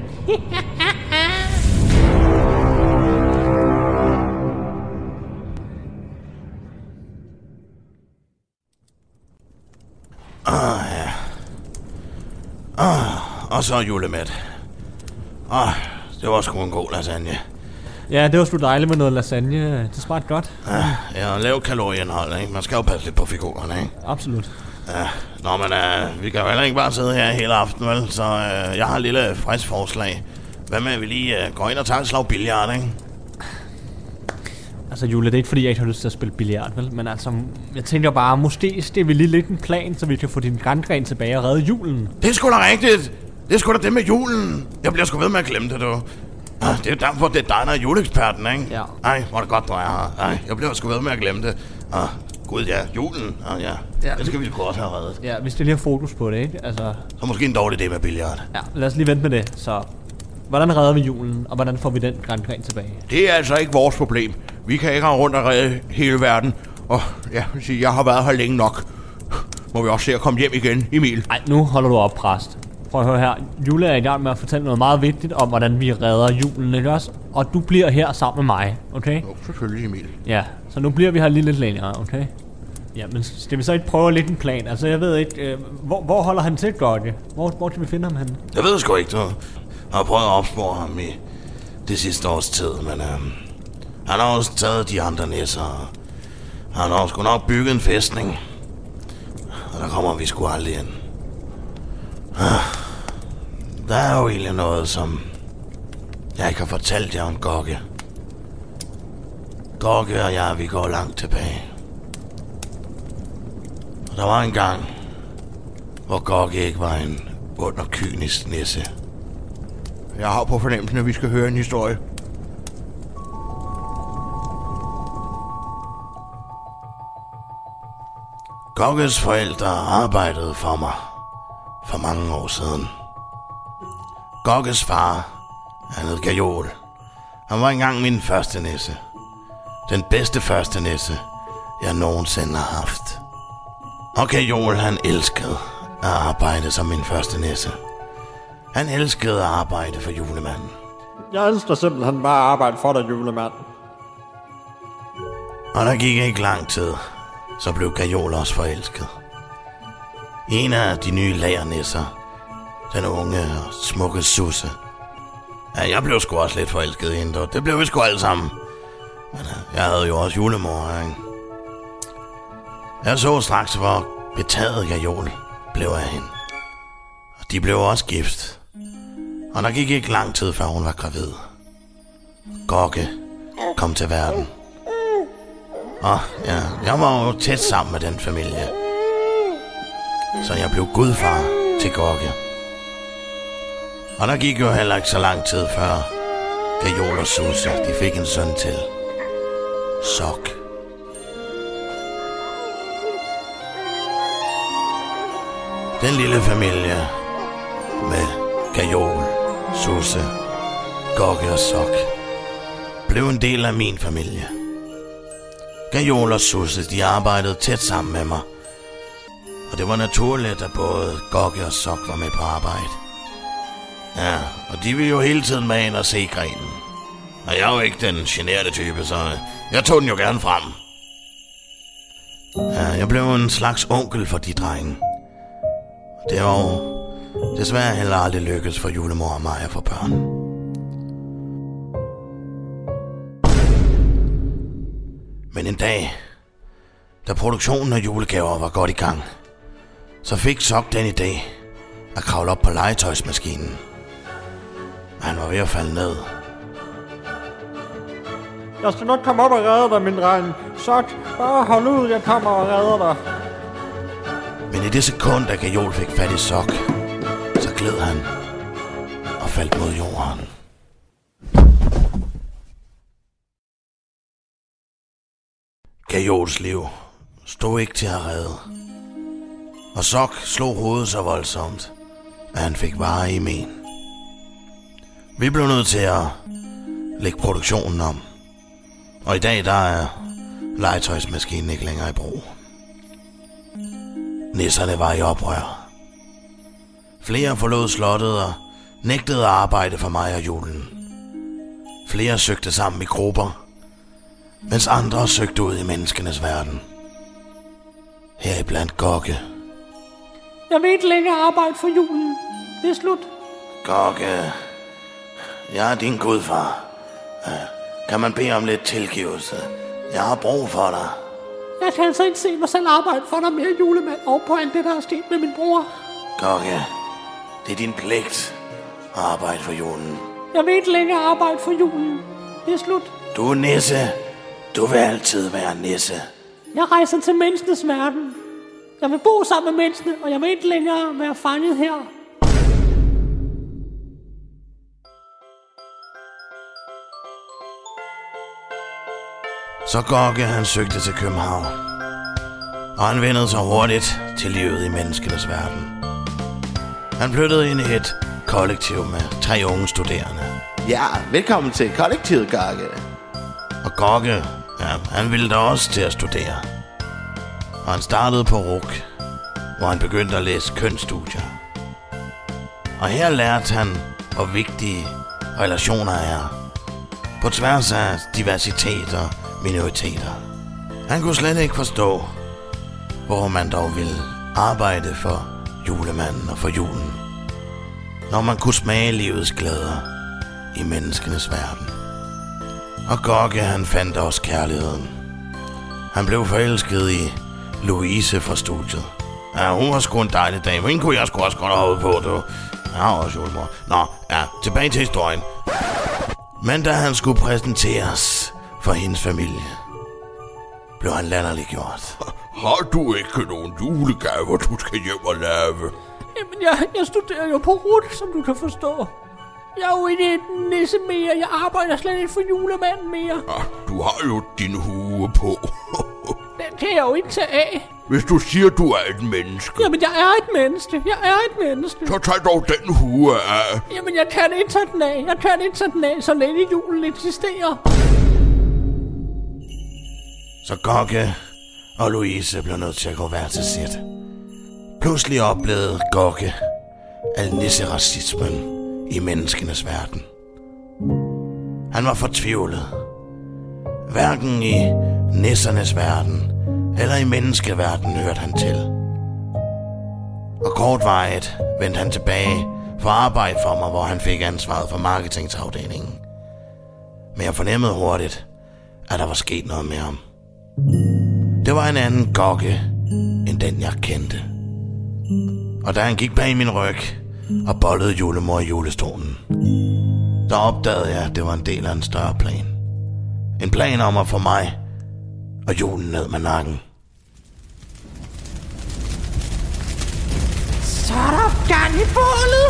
S12: Ah, ja. Ah, og så julemad. Ah, det var sgu en god lasagne.
S11: Ja, det var sgu dejligt med noget lasagne. Det smagte godt.
S12: Ja, ja, lav kalorieindhold, ikke? Man skal jo passe lidt på figurerne, ikke?
S11: Absolut.
S12: Ja, nå, men uh, vi kan jo heller ikke bare sidde her hele aften, vel? Så uh, jeg har et lille frisk forslag. Hvad med, at vi lige uh, går ind og tager et slag billard, ikke?
S11: Altså, Jule, det er ikke fordi, jeg ikke har lyst til at spille billard, vel? Men altså, jeg tænker bare, måske skal vi lige lidt en plan, så vi kan få din grangren tilbage og redde julen.
S12: Det er sgu da rigtigt. Det er sgu da det med julen. Jeg bliver sgu ved med at glemme det, du. Ah, det er derfor, det er dig, der er juleeksperten, ikke?
S11: Ja.
S12: Ej, hvor er det godt, du er her. Ej, jeg bliver sgu ved med at glemme det. Ah, gud ja, julen. Ah, ja.
S11: Ja.
S12: Det skal vi sgu også have reddet.
S11: Ja, vi skal lige have fokus på det, ikke? Altså...
S12: Så måske en dårlig idé med billard.
S11: Ja, lad os lige vente med det. Så hvordan redder vi julen, og hvordan får vi den grængren tilbage?
S10: Det er altså ikke vores problem. Vi kan ikke have rundt og redde hele verden. Og ja, jeg har været her længe nok. Må vi også se at komme hjem igen, Emil?
S11: Nej, nu holder du op, præst. Prøv at høre her. Jule er i gang med at fortælle noget meget vigtigt om, hvordan vi redder julen, ikke også? Og du bliver her sammen med mig, okay?
S10: Jo, selvfølgelig, Emil.
S11: Ja, så nu bliver vi her lige lidt længere, okay? Ja, men skal vi så ikke prøve at lægge en plan? Altså, jeg ved ikke, øh, hvor, hvor holder han til, Gorge? Hvor, hvor kan vi finde ham henne?
S12: Jeg ved sgu ikke, du. Jeg har prøvet at opspore ham i det sidste års tid, men øh, han har også taget de andre nisser. Han har sgu nok bygget en fæstning. Og der kommer vi sgu aldrig ind. Der er jo egentlig noget, som jeg ikke har fortalt jer om Gorge. Gorge og jeg, vi går langt tilbage. Og der var en gang, hvor Gorge ikke var en ond og kynisk nisse.
S10: Jeg har på fornemmelsen, at vi skal høre en historie.
S12: Gorges forældre arbejdede for mig for mange år siden. Gorges far, han hed Gajol. Han var engang min første nisse. Den bedste første nisse, jeg nogensinde har haft. Og Gajol, han elskede at arbejde som min første nisse. Han elskede at arbejde for julemanden.
S11: Jeg elsker simpelthen bare at arbejde for dig, julemand.
S12: Og der gik ikke lang tid, så blev Gajol også forelsket. En af de nye lagernisser, den unge og smukke Susse. Ja, jeg blev sgu også lidt forelsket i hende, og det blev vi sgu alle sammen. Men jeg havde jo også julemor, ikke? Jeg så straks, hvor betaget Gajol blev af hende. Og de blev også gift. Og der gik ikke lang tid, før hun var gravid. Gorge kom til verden. Og ja, jeg var jo tæt sammen med den familie. Så jeg blev gudfar til Gorge. Og der gik jo heller ikke så lang tid før Gajol og Susse, de fik en søn til. Sok. Den lille familie med Gajol, Susse, Gorge og Sok blev en del af min familie. Gajol og Susse, de arbejdede tæt sammen med mig. Og det var naturligt, at både Gorge og Sok var med på arbejde. Ja, og de ville jo hele tiden med ind og se grenen. Og jeg er jo ikke den generede type, så jeg tog den jo gerne frem. Ja, jeg blev en slags onkel for de drenge. Det var jo desværre heller aldrig lykkedes for julemor og mig at få børn. Men en dag, da produktionen af julegaver var godt i gang, så fik Sok den idé at kravle op på legetøjsmaskinen. Han var ved at falde ned.
S11: Jeg skal nok komme op og redde dig, min dreng. Sok, bare hold ud, jeg kommer og redder dig.
S12: Men i det sekund, da Gajol fik fat i Sok, så gled han og faldt mod jorden. Gajols liv stod ikke til at redde. Og Sok slog hovedet så voldsomt, at han fik varer i men. Vi blev nødt til at lægge produktionen om. Og i dag, der er legetøjsmaskinen ikke længere i brug. Nisserne var i oprør. Flere forlod slottet og nægtede at arbejde for mig og julen. Flere søgte sammen i grupper, mens andre søgte ud i menneskenes verden. Heriblandt Gorge.
S9: Jeg vil ikke længere arbejde for julen. Det er slut.
S12: Gorge, jeg er din gudfar. Kan man bede om lidt tilgivelse? Jeg har brug for dig.
S9: Jeg kan altså ikke se mig selv arbejde for dig mere, julemand, og på alt det, der er sket med min bror.
S12: Gorge, det er din pligt at arbejde for julen.
S9: Jeg vil ikke længere arbejde for julen. Det er slut.
S12: Du er nisse. Du vil altid være nisse.
S9: Jeg rejser til menneskenes verden. Jeg vil bo sammen med menneskene, og jeg vil ikke længere være fanget her.
S12: Så Gokke han søgte til København, og han vendte sig hurtigt til livet i menneskenes verden. Han flyttede ind i et kollektiv med tre unge studerende.
S10: Ja, velkommen til kollektivet, Gokke.
S12: Og Gokke, ja, han ville da også til at studere. Og han startede på R U C, hvor han begyndte at læse kønsstudier. Og her lærte han, hvor vigtige relationer er, på tværs af diversitet og minoriteter. Han kunne slet ikke forstå, hvor man dog ville arbejde for julemanden og for julen, når man kunne smage livets glæder i menneskenes verden. Og Gokke han fandt også kærligheden. Han blev forelsket i Louise fra studiet. Ja, hun var sgu en dejlig dame. Hende kunne jeg sgu også godt have hovedet på, du. Ja, også julemor. Nå, ja, tilbage til historien. Men da han skulle præsenteres for hendes familie, blev han latterliggjort.
S10: Har du ikke nogen julegaver, du skal hjem og lave?
S11: Jamen, jeg, jeg studerer jo på R U C, som du kan forstå. Jeg er jo ikke et nisse mere. Jeg arbejder slet ikke for julemanden mere.
S10: Ja, du har jo din hue på.
S11: Den kan jeg jo ikke tage af.
S10: Hvis du siger, du er et menneske.
S11: Jamen, jeg er et menneske. Jeg er et menneske.
S10: Så tag dog den hue af.
S11: Jamen, jeg kan ikke tage den af. Jeg kan ikke tage den af, så længe julen eksisterer.
S12: Så Gokke og Louise blev nødt til at gå hver til sit. Pludselig oplevede Gokke al nisseracismen i menneskenes verden. Han var fortvivlet. Hverken i nissernes verden eller i menneskeverdenen hørte han til. Og kortvarigt vendte han tilbage for at arbejde for mig, hvor han fik ansvaret for marketingsafdelingen. Men jeg fornemmede hurtigt, at der var sket noget med ham. Det var en anden Gokke, end den jeg kendte. Og da han gik bag min ryg og bollede julemor i julestolen, der opdagede jeg, at det var en del af en større plan. En plan om at få mig og julen ned med nakken.
S9: Så er der gang i bålet.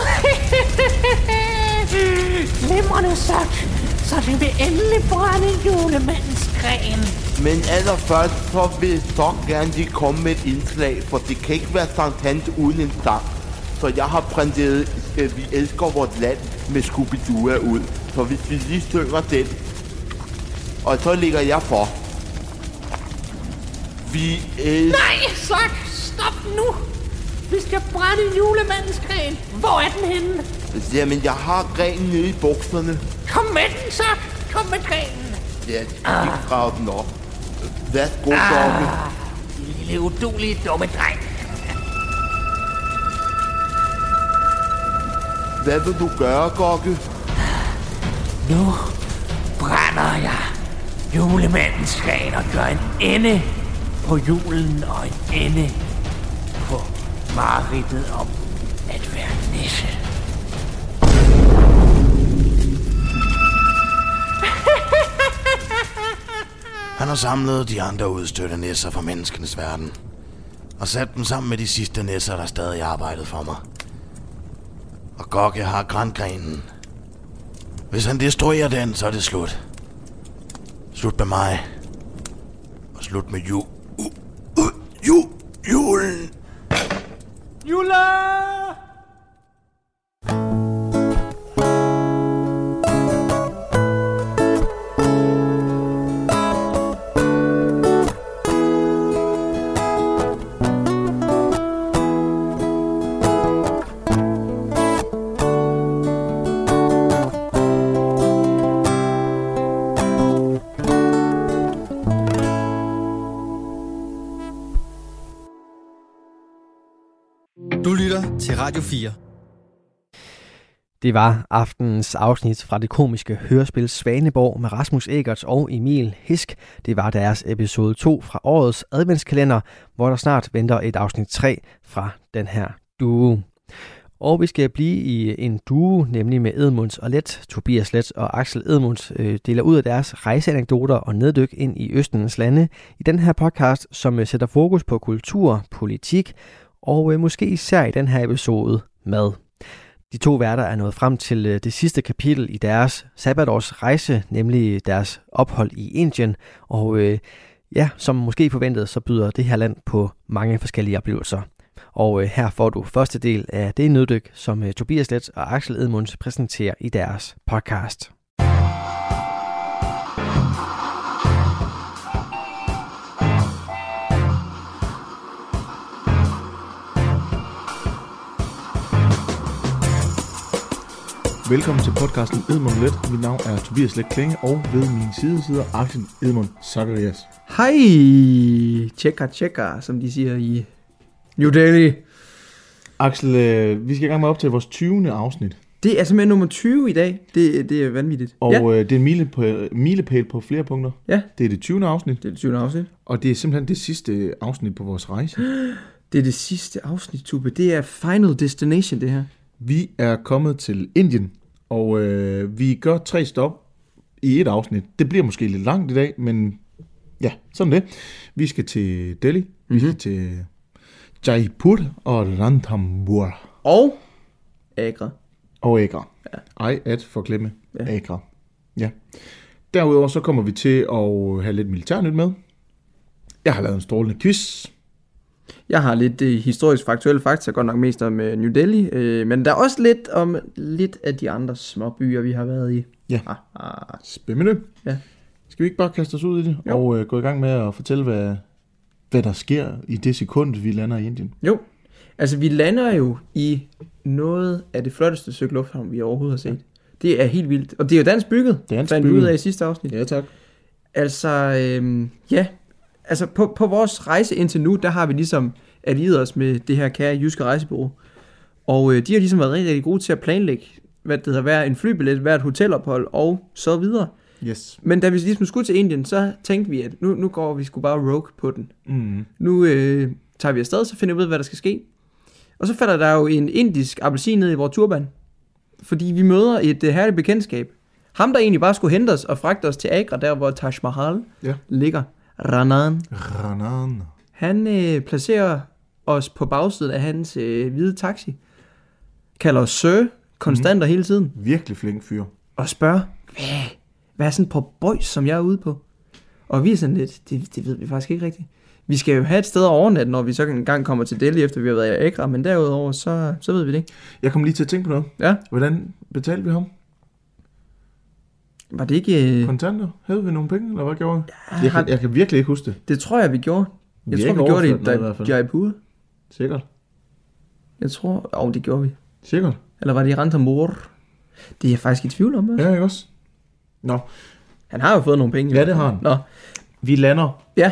S9: Glimrende sagt, så det vil endelig brænde julemandens gren.
S10: Men allerførst så vil jeg så gerne lige komme med et indslag, for det kan ikke være Sankt Hans uden en sang. Så jeg har printet øh, Vi elsker vort land med Scooby-Doo ud. Så hvis vi lige synger den, og så ligger jeg for. Vi elsker...
S9: Nej, Sak, stop nu. Vi skal brænde julemandens gren. Hvor er den henne?
S10: Jamen, jeg har grenen nede i bukserne.
S9: Kom med den, Sak. Kom med grenen.
S10: Ja, jeg skal ikke grave den op. Værsgo, Gokke.
S9: Lille udulige dumme dreng.
S10: Hvad vil du gøre, Gokke?
S9: Nu brænder jeg julemandens gren og gør en ende på julen og en ende på mareridtet om at være nisse.
S12: Han har samlet de andre udstødte nisser fra menneskenes verden og sat dem sammen med de sidste nisser, der stadig arbejdede for mig. Og Gokke har grangrenen. Hvis han destruerer den, så er det slut. Slut med mig. Og slut med ju... Uh, uh, ju... julen.
S11: Jule!
S1: Du lytter til Radio fire. Det var aftenens afsnit fra det komiske hørespil Svaneborg med Rasmus Egerts og Emil Hisk. Det var deres episode to fra årets adventskalender, hvor der snart venter et afsnit tre fra den her duo. Og vi skal blive i en duo, nemlig med Edmunds og Let. Tobias Let og Axel Edmunds øh, deler ud af deres rejseanekdoter og neddyk ind i Østens lande i den her podcast, som øh, sætter fokus på kultur, politik og øh, måske især i den her episode mad. De to værter er nået frem til øh, det sidste kapitel i deres sabbatårs rejse, nemlig deres ophold i Indien. Og øh, ja, som måske forventet, så byder det her land på mange forskellige oplevelser. Og øh, her får du første del af det nøddyk, som øh, Tobias Leth og Axel Edmunds præsenterer i deres podcast.
S13: Velkommen til podcasten Edmund Let. Mit navn er Tobias Leth Klinge, og ved min side sidder Axel Edmund Zacharias.
S14: Hej, tjekker, tjekker, som de siger i New Delhi.
S13: Axel, øh, vi skal i gang med op til vores tyvende afsnit.
S14: Det er simpelthen nummer tyve i dag. Det, det er vanvittigt.
S13: Og
S14: ja.
S13: øh, det er en milepæl, milepæl på flere punkter.
S14: Ja.
S13: Det er det tyvende afsnit.
S14: Det er det tyvende afsnit.
S13: Og det er simpelthen det sidste afsnit på vores rejse.
S14: Det er det sidste afsnit, Tube. Det er Final Destination, det her.
S13: Vi er kommet til Indien, og øh, vi gør tre stop i et afsnit. Det bliver måske lidt langt i dag, men ja, sådan det. Vi skal til Delhi, mm-hmm. vi skal til Jaipur og Ranthambore.
S14: Og Agra.
S13: Og Agra. Ja. Ej, at forglemme ja. Agra. Ja. Derudover så kommer vi til at have lidt militærnyt med. Jeg har lavet en strålende quiz.
S14: Jeg har lidt uh, historisk faktuelle fakta, godt nok mest om uh, New Delhi, uh, men der er også lidt om lidt af de andre små byer, vi har været i.
S13: Ja, ah, ah. Spændende. Ja. Skal vi ikke bare kaste os ud i det, jo. og uh, gå i gang med at fortælle, hvad, hvad der sker i det sekund, vi lander i Indien?
S14: Jo, altså vi lander jo i noget af det flotteste stykke lufthavn, vi overhovedet har set. Ja. Det er helt vildt, og det er jo dansk bygget,
S13: dansk
S14: fandt
S13: bygget.
S14: vi ud af i sidste afsnit.
S13: Ja, tak.
S14: Altså, øhm, ja... Altså på, på vores rejse indtil nu, der har vi ligesom allieret os med det her kære jyske rejsebureau. Og øh, de har ligesom været rigtig, rigtig gode til at planlægge, hvad det hedder, hver en flybillet, hvert hotelophold og så videre.
S13: Yes.
S14: Men da vi ligesom skulle til Indien, så tænkte vi, at nu, nu går vi sgu bare rogue på den.
S13: Mm.
S14: Nu øh, tager vi afsted, så finder vi ud af, hvad der skal ske. Og så falder der jo en indisk appelsin ned i vores turban. Fordi vi møder et øh, herligt bekendtskab. Ham, der egentlig bare skulle hente os og fragte os til Agra, der hvor Taj Mahal ja. ligger. Ranan.
S13: Ranan.
S14: Han øh, placerer os på bagsiden af hans øh, hvide taxi. Kalder os sir, konstant og mm. hele tiden.
S13: Virkelig flink fyr.
S14: Og spørger, hvad, hvad er sådan på boys, som jeg er ude på? Og vi er sådan lidt, det, det ved vi faktisk ikke rigtigt. Vi skal jo have et sted at overnatte, når vi så en gang kommer til Delhi, efter vi har været i Agra, men derudover, så, så ved vi det ikke.
S13: Jeg kom lige til at tænke på noget.
S14: Ja.
S13: Hvordan betalte vi ham?
S14: Var det ikke... Øh...
S13: Kontanter? Havde vi nogle penge, eller hvad gjorde vi?
S14: Ja,
S13: jeg, kan, jeg kan virkelig ikke huske det.
S14: Det tror jeg, vi gjorde. Jeg
S13: vi
S14: tror, vi gjorde det i Jaipur.
S13: Sikkert.
S14: Jeg tror... Åh, oh, det gjorde vi.
S13: Sikkert.
S14: Eller var det i Ranthambore? Det er jeg faktisk i tvivl om.
S13: Også. Ja, ikke også? Nå.
S14: Han har jo fået nogle penge.
S13: Ja, det har han.
S14: Nå.
S13: Vi lander.
S14: Ja.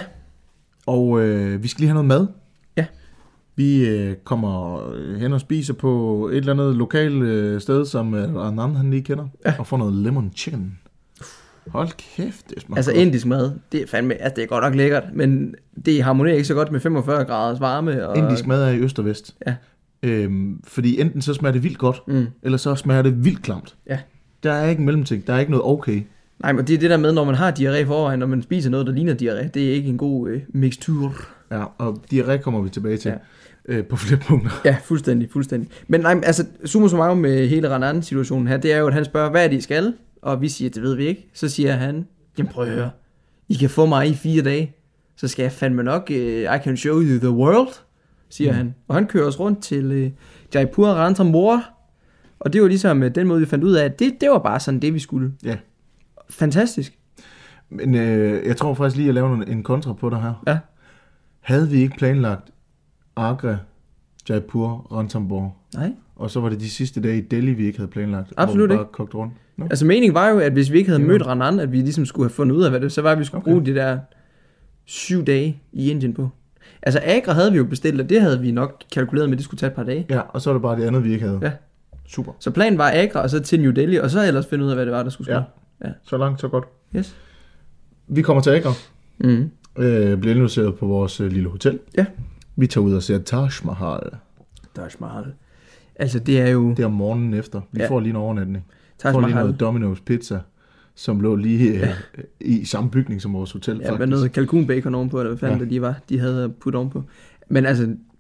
S13: Og øh, vi skal lige have noget mad.
S14: Ja.
S13: Vi øh, kommer hen og spiser på et eller andet lokalt øh, sted, som øh, Anand han lige kender. Ja. Og får noget lemon chicken. Hold kæft, det smager
S14: Altså
S13: godt.
S14: indisk mad, det er fandme, altså det er godt nok lækkert, men det harmonerer ikke så godt med femogfyrre graders varme. Og...
S13: Indisk mad er i øst og vest.
S14: Ja.
S13: Øhm, fordi enten så smager det vildt godt,
S14: mm.
S13: eller så smager det vildt klamt.
S14: Ja.
S13: Der er ikke en mellemting, der er ikke noget okay.
S14: Nej, men det er det der med, når man har diarré forvejen, når man spiser noget, der ligner diarré, det er ikke en god øh, mixtur.
S13: Ja, og diarré kommer vi tilbage til. Ja. Øh, på flere punkter.
S14: Ja, fuldstændig, fuldstændig. Men nej, altså, summa summarum med hele Ranan-situationen her, det er jo, at han spørger, hvad er det, I skal? Og vi siger, det ved vi ikke. Så siger han, jamen prøv at høre, I kan få mig i fire dage, så skal jeg fandme nok, uh, I can show you the world, siger mm. han. Og han kører os rundt til uh, Jaipur og Ranthambore, og det var ligesom uh, den måde, vi fandt ud af, at det, det var bare sådan det, vi skulle.
S13: Ja.
S14: Fantastisk.
S13: Men øh, jeg tror faktisk lige, at lave en kontra på dig her.
S14: Ja.
S13: Havde vi ikke planlagt Agra, Jaipur, Ranthambore?
S14: Nej.
S13: Og så var det de sidste dage i Delhi, vi ikke havde planlagt.
S14: Absolut
S13: bare
S14: ikke.
S13: Kogt rundt. No.
S14: Altså meningen var jo, at hvis vi ikke havde mødt Ranan, at vi ligesom skulle have fundet ud af, hvad det så var, at vi skulle okay. bruge de der syv dage i Indien på. Altså Agra havde vi jo bestilt, og det havde vi nok kalkuleret med, at det skulle tage et par dage.
S13: Ja, og så var det bare det andet, vi ikke havde.
S14: Ja.
S13: Super.
S14: Så planen var Agra, og så til New Delhi, og så ellers finde ud af, hvad det var, der skulle ske.
S13: Ja,
S14: ja.
S13: Så langt, så godt.
S14: Yes.
S13: Vi kommer til Agra.
S14: Mm.
S13: Øh, bliver indlogeret på vores øh, lille hotel.
S14: Ja.
S13: Vi tager ud og ser Taj Mahal.
S14: Taj Mahal. Altså det er jo...
S13: Det er om morgenen efter. Vi ja. får lige en overnatning.
S14: Taj
S13: får
S14: Mahal.
S13: lige noget Domino's pizza, som lå lige ja. øh, i samme bygning som vores hotel.
S14: Ja,
S13: faktisk.
S14: med noget kalkunbacon ovenpå, eller hvad fanden ja. det de var, de havde puttet ovenpå. Men altså,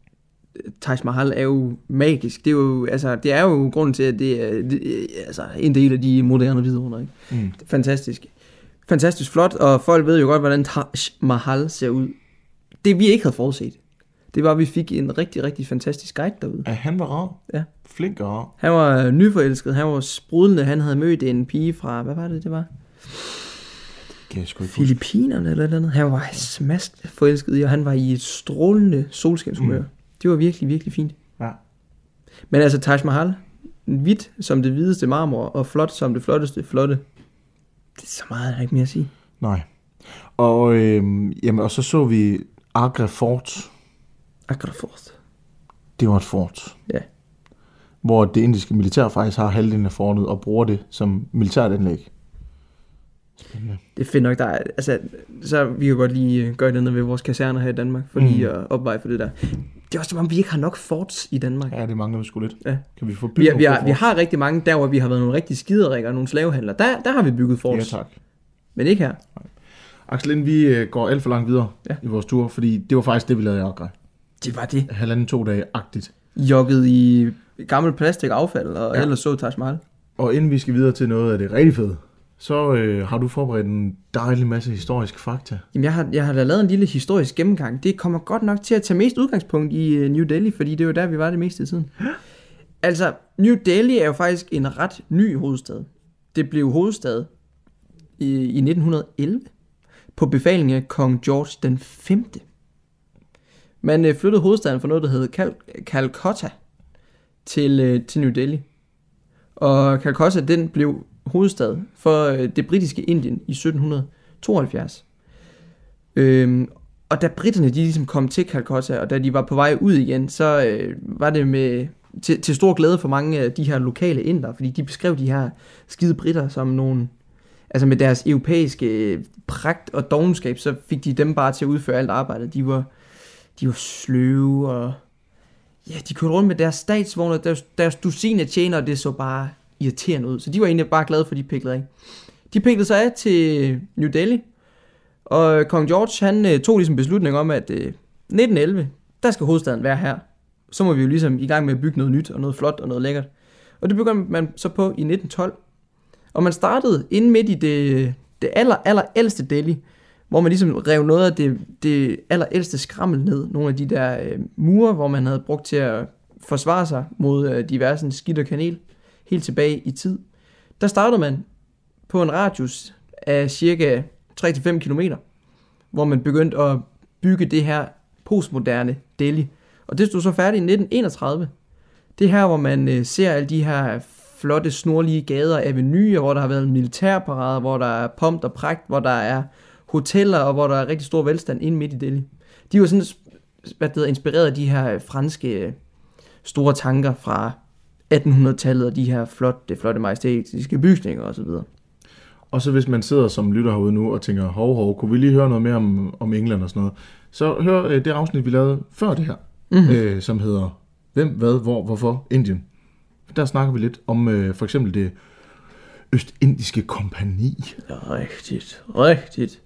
S14: Taj Mahal er jo magisk. Det er jo, altså, det er jo grunden til, at det er, det, altså, en del af de moderne vidunder. Ikke? Mm. Fantastisk. Fantastisk flot, og folk ved jo godt, hvordan Taj Mahal ser ud. Det vi ikke havde forudset, det var, at vi fik en rigtig, rigtig fantastisk guide derude.
S13: Ja, han var rar.
S14: Ja.
S13: Flink og rar.
S14: Han var nyforelsket, han var sprudlende, han havde mødt en pige fra, hvad var det, det var? Filippinerne eller noget andet. Han var smasket forelsket i, og han var i et strålende solskinshumør. Mm. Det var virkelig, virkelig fint.
S13: Ja.
S14: Men altså Taj Mahal, hvidt som det hvideste marmor, og flot som det flotteste flotte. Det er så meget, der ikke mere at sige.
S13: Nej. Og, øh, jamen, og så så vi Agra Fort.
S14: Agra Fort.
S13: Det var et fort.
S14: Ja.
S13: Hvor det indiske militær faktisk har halvdelen af fortet og bruger det som militært anlæg. Spændende.
S14: Det er fedt nok, der er, altså, så vi kan godt lige gøre det ned ved vores kaserner her i Danmark, for lige mm. at opveje for det der. Det er også som om, vi ikke har nok forts i Danmark.
S13: Ja, det mangler vi sgu lidt.
S14: Ja.
S13: Kan vi få bygget
S14: vi, har, vi, har,
S13: forts?
S14: vi har rigtig mange, der hvor vi har været nogle rigtig skiderikker og nogle slavehandlere, der, der har vi bygget forts.
S13: Ja, tak.
S14: Men ikke her.
S13: Nej. Axel, inden vi går alt for langt videre ja. i vores tur, fordi det var faktisk det, vi lavede i Agra.
S14: Det var det.
S13: Halvanden to dage-agtigt.
S14: Jogget i gammel plastikaffald, og ja. ellers så Taj Mahal.
S13: Og inden vi skal videre til noget af det rigtig fede, så øh, har du forberedt en dejlig masse historisk fakta.
S14: Jamen, jeg har, jeg har da lavet en lille historisk gennemgang. Det kommer godt nok til at tage mest udgangspunkt i uh, New Delhi, fordi det var der, vi var det meste af tiden. Altså, New Delhi er jo faktisk en ret ny hovedstad. Det blev hovedstad i, i nitten elleve på befaling af kong George den femte. Man øh, flyttede hovedstaden fra noget, der hed Cal- Calcutta til, øh, til New Delhi. Og Calcutta, den blev hovedstad for øh, det britiske Indien i sytten tooghalvfjerds. Øhm, og da britterne de ligesom kom til Calcutta, og da de var på vej ud igen, så øh, var det med til, til stor glæde for mange af de her lokale indere, fordi de beskrev de her skide britter som nogle, altså med deres europæiske pragt og dovenskab, så fik de dem bare til at udføre alt arbejdet. De var, de var sløve, og ja, de kørte rundt med deres statsvogne, deres, deres dusin af tjenere, det så bare irriterende ud. Så de var egentlig bare glade for, de piklede af. De piklede sig af til New Delhi, og kong George, han øh, tog ligesom beslutning om, at øh, nitten elleve, der skal hovedstaden være her. Så må vi jo ligesom i gang med at bygge noget nyt, og noget flot, og noget lækkert. Og det begyndte man så på i nitten tolv. Og man startede inde midt i det, det aller, aller ældste Delhi, hvor man ligesom rev noget af det, det aller ældste skrammel ned. Nogle af de der øh, mure, hvor man havde brugt til at forsvare sig mod øh, diverse skidt og kanel, helt tilbage i tid. Der startede man på en radius af cirka tre til fem kilometer, hvor man begyndte at bygge det her postmoderne Delhi. Og det stod så færdigt i nitten enogtredive. Det her, hvor man øh, ser alle de her flotte, snorlige gader og avenuer, hvor der har været militærparader, hvor der er pomp og pragt, hvor der er hoteller, og hvor der er rigtig stor velstand inde midt i Delhi. De var sådan, hvad det hedder, inspireret af de her franske store tanker fra attenhundredetallet, og de her flotte, flotte majestætiske bygninger osv.
S13: Og så hvis man sidder som lytter herude nu og tænker, hov, hov, kunne vi lige høre noget mere om, om England og sådan noget, så hør øh, det afsnit, vi lavede før det her, mm-hmm. øh, som hedder Hvem, hvad, hvor, hvorfor, Indien. Der snakker vi lidt om øh, for eksempel det Østindiske Kompagni.
S14: Ja, rigtigt, rigtigt.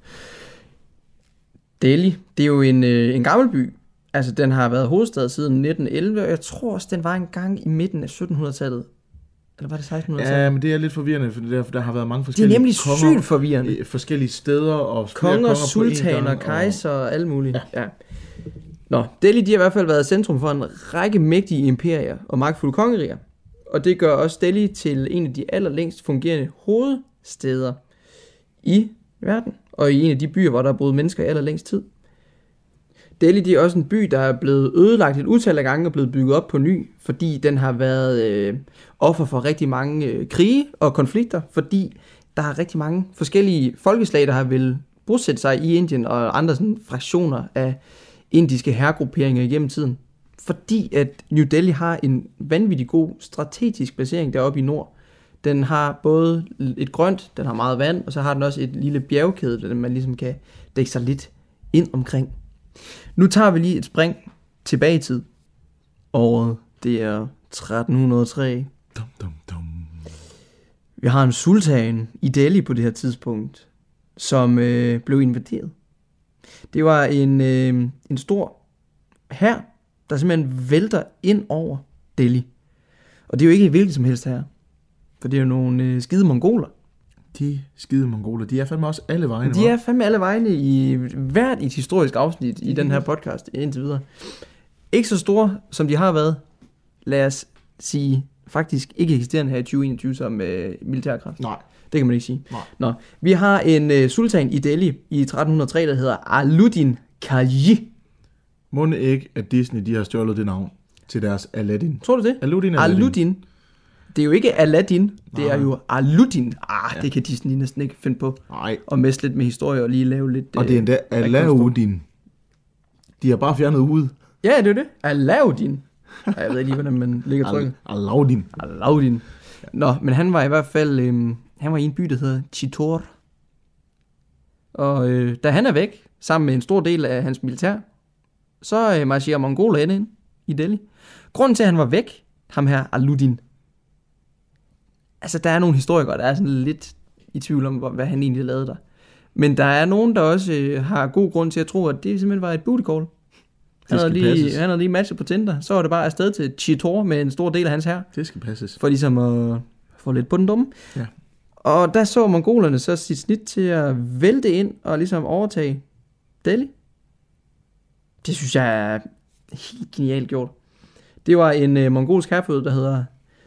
S14: Delhi, det er jo en, øh, en gammel by. Altså, den har været hovedstad siden nitten elleve, og jeg tror også, den var en gang i midten af syttenhundredetallet. Eller var det sekstenhundredetallet?
S13: Ja, men det er lidt forvirrende, for der, der har været mange forskellige...
S14: Det er nemlig
S13: konger,
S14: sygt forvirrende.
S13: Forskellige steder og
S14: konger,
S13: konger
S14: sultaner, kejser og alle mulige. Ja. Ja. Nå, Delhi, de har i hvert fald været centrum for en række mægtige imperier og magtfulde kongeriger. Og det gør også Delhi til en af de allerlængst fungerende hovedsteder i verden. Og i en af de byer, hvor der er boet mennesker i allerlængst tid. Delhi, det er også en by, der er blevet ødelagt et utal af gange og blevet bygget op på ny, fordi den har været øh, offer for rigtig mange øh, krige og konflikter, fordi der er rigtig mange forskellige folkeslag, der har vil bosætte sig i Indien og andre sådan, fraktioner af indiske herregrupperinger igennem tiden. Fordi at New Delhi har en vanvittig god strategisk placering deroppe i nord. Den har både et grønt, den har meget vand, og så har den også et lille bjergkæde, der man ligesom kan dække sig lidt ind omkring. Nu tager vi lige et spring tilbage i tid. Året, det er tretten hundrede og tre.
S13: Dum, dum, dum.
S14: Vi har en sultan i Delhi på det her tidspunkt, som øh, blev invaderet. Det var en, øh, en stor hær der simpelthen vælter ind over Delhi. Og det er jo ikke hvilket som helst her. For det er jo nogle øh, skide mongoler.
S13: De skide mongoler, de er fandme også alle vegne.
S14: De er fandme alle vegne i hvert et historisk afsnit i den her podcast indtil videre. Ikke så store, som de har været. Lad os sige, faktisk ikke eksisterende her i tyve enogtyve som øh, militærkraft.
S13: Nej.
S14: Det kan man ikke sige.
S13: Nej.
S14: Nå, vi har en øh, sultan i Delhi i tretten hundrede og tre, der hedder Alauddin Khalji.
S13: Må ikke, at Disney de har stjålet det navn til deres Aladdin?
S14: Tror du det?
S13: Alauddin Aladdin.
S14: Alauddin. Det er jo ikke Aladdin, det er jo Alauddin. Ah,
S13: ja.
S14: Det kan Disney næsten ikke finde på.
S13: Nej.
S14: Og messe lidt med historie og lige lave lidt...
S13: Og det er endda Alauddin. De har bare fjernet ud.
S14: Ja, det er det. Alauddin. Jeg ved ikke lige, hvordan man ligger trykket.
S13: Alauddin.
S14: Alauddin. Nå, men han var i hvert fald... Øhm, han var i en by, der hedder Chittor. Og øh, da han er væk, sammen med en stor del af hans militær, så øh, marcherer mongoler ind i Delhi. Grunden til, at han var væk, ham her Alauddin, altså der er nogle historikere, der er sådan lidt i tvivl om, hvad han egentlig lavede der. Men der er nogen, der også øh, har god grund til at tro, at det simpelthen var et booty call. Han havde, lige, han havde lige matchet på Tinder, så var det bare afsted til Chittor med en stor del af hans hær.
S13: Det skal passes.
S14: For ligesom at få lidt på den dumme.
S13: Ja.
S14: Og der så mongolerne så sit snit til at vælte ind og ligesom overtage Delhi. Det synes jeg er helt genialt gjort. Det var en øh, mongolsk hærflåde, der hedder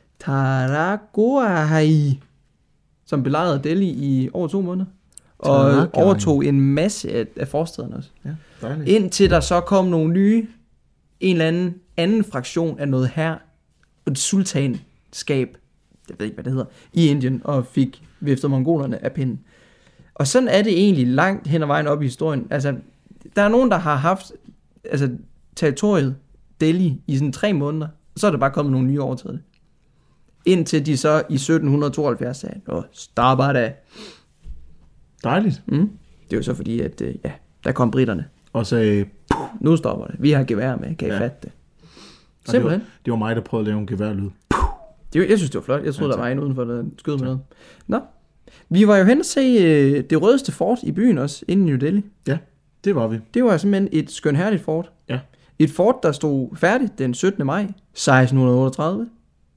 S14: Taragoahai, som belejrede Delhi i over to måneder. Og
S13: Taragoahai.
S14: overtog en masse af, af forstederne også.
S13: Ja, dejligt.
S14: Indtil der så kom nogle nye, en eller anden anden fraktion af noget her, et sultanskab, jeg ved ikke, hvad det hedder, i Indien, og fik viftet mongolerne af pinden. Og sådan er det egentlig langt hen ad vejen op i historien. Altså, der er nogen, der har haft altså, territoriet Delhi i sådan tre måneder, og så er der bare kommet nogle nye overtaget. Indtil de så i sytten tooghalvfjerds sagde, åh, stopper da.
S13: Dejligt.
S14: Mm. Det er jo så fordi, at ja, der kom britterne.
S13: Og sagde,
S14: nu stopper det. Vi har gevær med, kan I ja. fatte det?
S13: Simpelthen. Det var, det var mig, der prøvede at lave en geværlyd.
S14: Det var, jeg synes, det var flot. Jeg troede, ja, der var en udenfor, der skød med noget. Nå. Vi var jo hen og se øh, det rødeste fort i byen også, inde i New Delhi.
S13: Ja, det var vi.
S14: Det var simpelthen et skønherligt fort.
S13: Ja.
S14: Et fort, der stod færdigt den syttende maj seksten otteogtredive.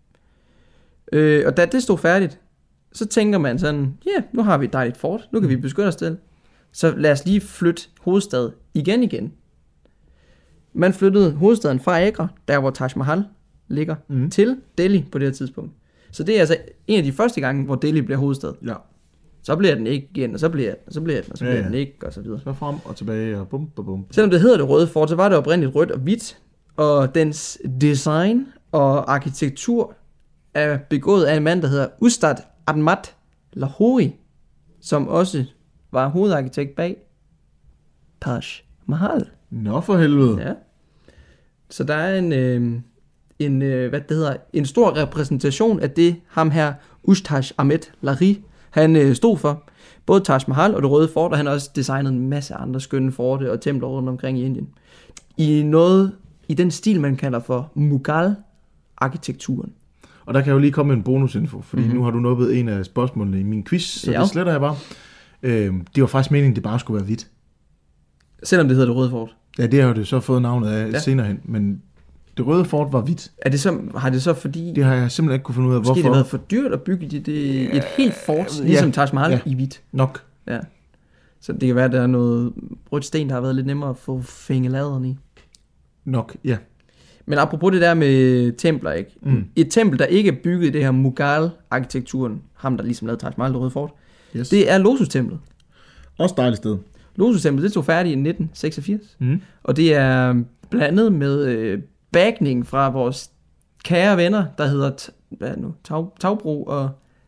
S14: Øh, og da det stod færdigt, så tænker man sådan, ja, yeah, nu har vi et dejligt fort, nu kan vi beskytte os til. Så lad os lige flytte hovedstaden igen igen. Man flyttede hovedstaden fra Agra, der hvor Taj Mahal ligger, mm. til Delhi på det her tidspunkt. Så det er altså en af de første gange, hvor Delhi bliver hovedstad.
S13: Ja.
S14: Så bliver den ikke igen, og så bliver den, og så bliver den, og så bliver ja, ja. den ikke, og så videre.
S13: Så frem og tilbage, og bum, bum, bum.
S14: Selvom det hedder det røde fort, så var det oprindeligt rødt og hvidt, og dens design og arkitektur er begået af en mand, der hedder Ustad Ahmad Lahori, som også var hovedarkitekt bag Taj Mahal.
S13: Nå for helvede.
S14: Ja. Så der er en, øh, en, øh, hvad det hedder, en stor repræsentation af det, ham her Ustad Ahmed Lahori, han øh, stod for. Både Taj Mahal og det røde fort, og han har også designet en masse andre skønne forte og templer rundt omkring i Indien. I noget, i den stil, man kalder for Mughal-arkitekturen.
S13: Og der kan jo lige komme en bonusinfo, fordi mm-hmm. nu har du nåppet en af spørgsmålene i min quiz, så ja. det sletter jeg bare. Øh, det var faktisk meningen, det bare skulle være hvidt.
S14: Selvom det hedder det røde fort?
S13: Ja, det har jo det så fået navnet af ja. senere hen, men det røde fort var hvidt.
S14: Er det så, har det så fordi...
S13: Det har jeg simpelthen ikke kunne finde ud af,
S14: måske
S13: hvorfor.
S14: Måske det har været for dyrt at bygge det, det ja, et helt fort, ligesom ja, Taj Mahal,
S13: ja,
S14: i hvidt.
S13: Nok.
S14: Ja. Så det kan være, at der er noget rødt sten, der har været lidt nemmere at få fængeladeren i.
S13: Nok, ja.
S14: Men apropos det der med templer, ikke?
S13: Mm.
S14: Et tempel, der ikke er bygget i det her Mughal-arkitekturen, ham der ligesom lavede Taj Mahal, det røde fort, yes. det er Lotus-templet.
S13: Også dejligt sted.
S14: Lotus-templet, det tog færdigt i nitten seksogfirs.
S13: Mm.
S14: Og det er blandet med øh, backing fra vores kære venner, der hedder t- hvad nu? Tag, Tagbro og...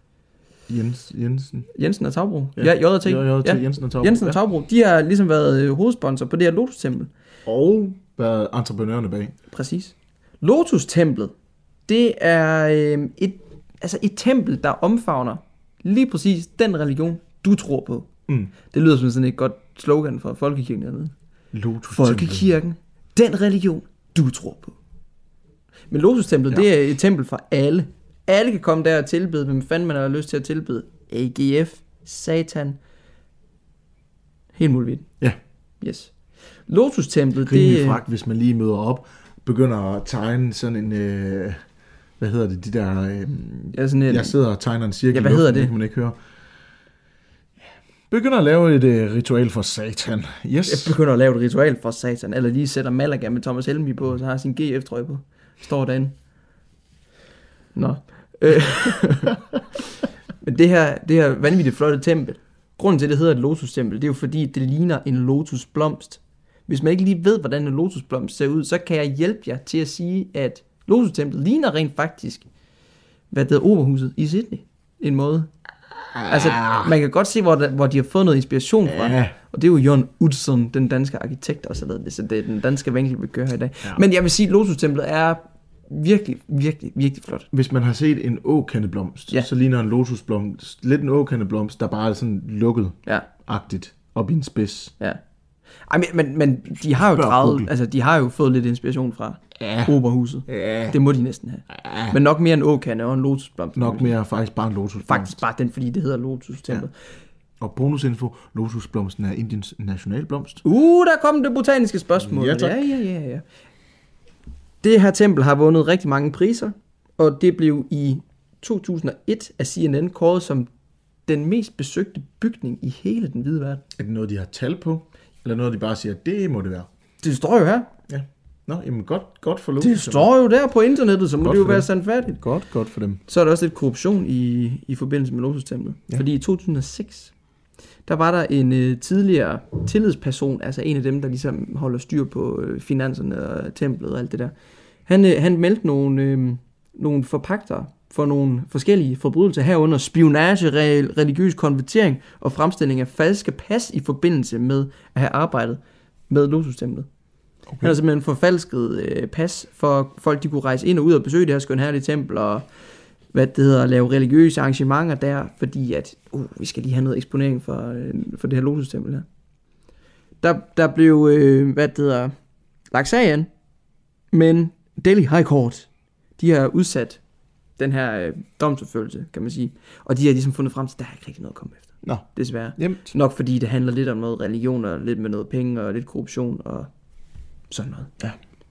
S13: Jens, Jensen.
S14: Jensen og Tagbro.
S13: Ja,
S14: ja J og T.
S13: Ja, Jensen og Tagbro.
S14: Jensen og Tagbro. De har ligesom været øh, hovedsponsor på det her Lotus-tempel.
S13: Og været entreprenørerne bag.
S14: Præcis. Lotus-templet, det er øh, et, altså et tempel, der omfavner lige præcis den religion, du tror på.
S13: Mm.
S14: Det lyder som sådan et godt slogan for Folkekirken dernede.
S13: Lotus-templet.
S14: Folkekirken, den religion, du tror på. Men Lotus-templet, ja. det er et tempel for alle. Alle kan komme der og tilbede, hvem fanden man har lyst til at tilbede. A G F, Satan. Helt muligt.
S13: Ja.
S14: Yes. Lotus-templet,
S13: rimelig
S14: det...
S13: fragt, hvis man lige møder op. begynder at tegne sådan en, øh, hvad hedder det, de der, øh,
S14: ja, sådan en,
S13: jeg sidder og tegner en cirkel,
S14: ja, hvad hedder det?
S13: Det kan man ikke høre. Begynder at lave et øh, ritual for satan. Yes.
S14: Jeg begynder at lave et ritual for satan, eller lige sætter Malaga med Thomas Helmig på, og så har sin G F-trøje på. Står derinde. Nå. Men det her, det her vanvittigt flotte tempel, grunden til, at det hedder et lotus-tempel, det er jo fordi, det ligner en lotusblomst. Hvis man ikke lige ved, hvordan en lotusblomst ser ud, så kan jeg hjælpe jer til at sige, at lotus-templet ligner rent faktisk, hvad det hedder, Operahuset i Sydney. En måde. Altså, man kan godt se, hvor, der, hvor de har fået noget inspiration fra. Ja. Og det er jo Jørgen Utzon, den danske arkitekt, der har lavet det. Så det er den danske vinkel, vi kører her i dag. Ja. Men jeg vil sige, at lotus-templet er virkelig, virkelig, virkelig flot.
S13: Hvis man har set en åkandeblomst, ja. så ligner en lotusblomst lidt en åkandeblomst, der bare er sådan lukket-agtigt op i en spids.
S14: Ja. Ej, men, men, men de har jo draget, altså de har jo fået lidt inspiration fra ja. Operahuset. Ja. Det må de næsten have. Ja. Men nok mere en åkande og en lotusblomst.
S13: Nok mere faktisk bare en lotusblomst.
S14: Faktisk bare den, fordi det hedder lotus-templet.
S13: Ja. Og bonusinfo, lotusblomsten er Indiens nationalblomst.
S14: Uh, der kom det botaniske spørgsmål.
S13: Ja, tak.
S14: Ja, ja, ja, ja. Det her tempel har vundet rigtig mange priser, og det blev i to tusind og et af C N N kåret som den mest besøgte bygning i hele den hvide verden.
S13: Er det noget, de har tal på? Eller noget, de bare siger, det må det være?
S14: Det står jo her.
S13: Ja. Nå, jamen godt, godt for
S14: lotus. Det står jo der på internettet, så må det jo være sandfærdigt.
S13: Godt, godt for dem.
S14: Så er der også lidt korruption i, i forbindelse med Lotus-templet. Ja. Fordi i to tusind og seks, der var der en øh, tidligere tillidsperson, altså en af dem, der ligesom holder styr på øh, finanserne og templet og alt det der. Han, øh, han meldte nogle, øh, nogle forpagtere for nogle forskellige forbrydelser herunder spionage, religiøs konvertering og fremstilling af falske pas i forbindelse med at have arbejdet med Lotus-templet. Okay. Han har simpelthen forfalsket øh, pas for folk, de kunne rejse ind og ud og besøge det her skønherlige tempel og hvad det hedder, lave religiøse arrangementer der, fordi at uh, vi skal lige have noget eksponering for, øh, for det her Lotus-tempel her. Der, der blev, øh, hvad det hedder, lagt sag an, men Delhi High Court, de har udsat den her øh, domsforfølgelse, kan man sige. Og de har ligesom fundet frem til, at der er ikke rigtig noget at komme efter.
S13: Nå.
S14: Desværre.
S13: Jemt.
S14: Nok fordi det handler lidt om noget religion, og lidt med noget penge, og lidt korruption, og sådan noget.
S13: Ja.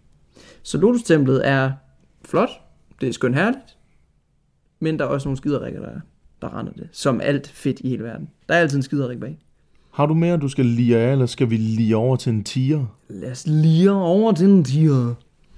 S14: Så Lotus-templet er flot. Det er skønt herligt. Men der er også nogle skiderikker, der, der render det. Som alt fedt i hele verden. Der er altid en skiderik bag.
S13: Har du mere, du skal lige af, eller skal vi lige over til en tiger?
S14: Lad os lige over til en tiger.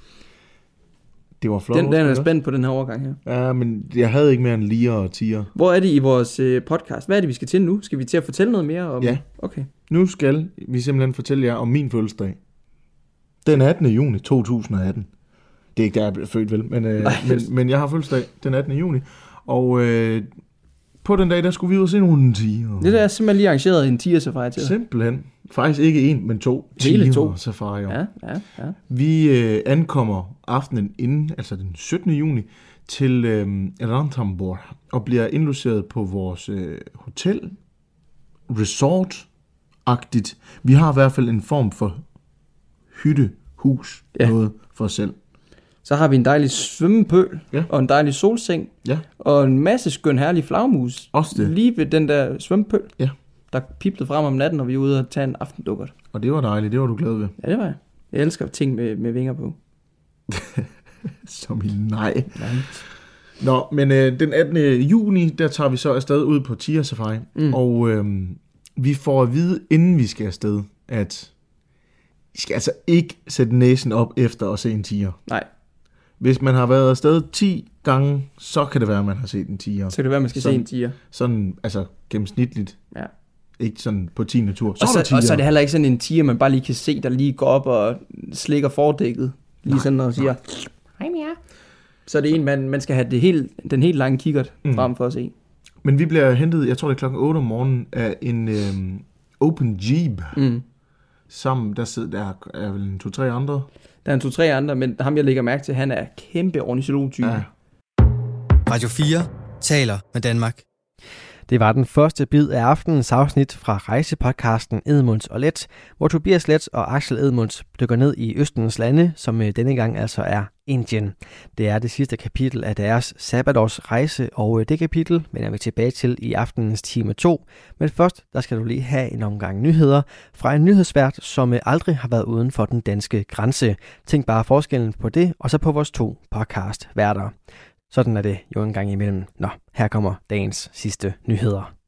S13: Det var flot.
S14: Den, den er spændt på den her overgang her.
S13: Ja, men jeg havde ikke mere end liger og tiger.
S14: Hvor er det i vores øh, podcast? Hvad er det, vi skal til nu? Skal vi til at fortælle noget mere om?
S13: Ja.
S14: Okay.
S13: Nu skal vi simpelthen fortælle jer om min fødselsdag. Den attende juni to tusind og atten. Det er ikke der, jeg blev født, vel? Men, øh, men, men jeg har fødselsdag den attende juni. Og øh, på den dag, der skulle vi ud og se nogle tiger.
S14: Det der er simpelthen lige arrangeret en tiger-safari til.
S13: Simpelthen. Faktisk ikke en, men to.
S14: Hele to.
S13: Safarier.
S14: Ja, ja, ja.
S13: Vi øh, ankommer aftenen inden, altså den syttende juni, til øh, Ranthambore og bliver indlogeret på vores øh, hotel, resort-agtigt. Vi har i hvert fald en form for hytte, hus, ja. Noget for os selv.
S14: Så har vi en dejlig svømmepøl,
S13: ja.
S14: Og en dejlig solseng,
S13: ja.
S14: Og en masse skøn herlig flagmus.
S13: Også det.
S14: Lige ved den der svømmepøl,
S13: ja.
S14: Der piblede frem om natten, når vi var ude og tage en aftendukkert.
S13: Og det var dejligt, det var du glad ved.
S14: Ja, det var jeg. Jeg elsker ting med, med vinger på.
S13: Som i nej. nej. Nå, men øh, den attende juni, der tager vi så afsted ud på Tiger Safari. Mm. Og øh, vi får at vide, inden vi skal afsted, at vi skal altså ikke sætte næsen op efter at se en tiger.
S14: Nej.
S13: Hvis man har været afsted ti gange, så kan det være, at man har set en tiger.
S14: Så kan det være, at man skal sådan, se en tiger.
S13: Sådan, altså gennemsnitligt.
S14: Ja.
S13: Ikke sådan på tiende tur.
S14: Så og, så, og så er det heller ikke sådan en tiger, man bare lige kan se, der lige går op og slikker fordækket. Lige nej, sådan og siger, hej Mia. Så er det en, man, man skal have det helt, den helt lange kikkert mm. frem for at se.
S13: Men vi bliver hentet, jeg tror det er klokken otte om morgenen, af en øhm, open jeep.
S14: Mm.
S13: Sammen, der sidder der er vel en to-tre andre.
S14: Der er en to-tre andre, men ham jeg lægger mærke til, han er kæmpe ornitolog-type. Ja.
S1: Radio fire taler med Danmark. Det var den første bid af aftenens afsnit fra rejsepodcasten Edmunds og Let, hvor Tobias Let og Axel Edmunds dykker ned i Østens lande, som denne gang altså er Indien. Det er det sidste kapitel af deres sabbatårsrejse, og det kapitel vender vi tilbage til i aftenens time to. Men først, der skal du lige have en omgang nyheder fra en nyhedsvært, som aldrig har været uden for den danske grænse. Tænk bare forskellen på det, og så på vores to podcast-værter. Sådan er det jo en gang imellem. Nå, her kommer dagens sidste nyheder.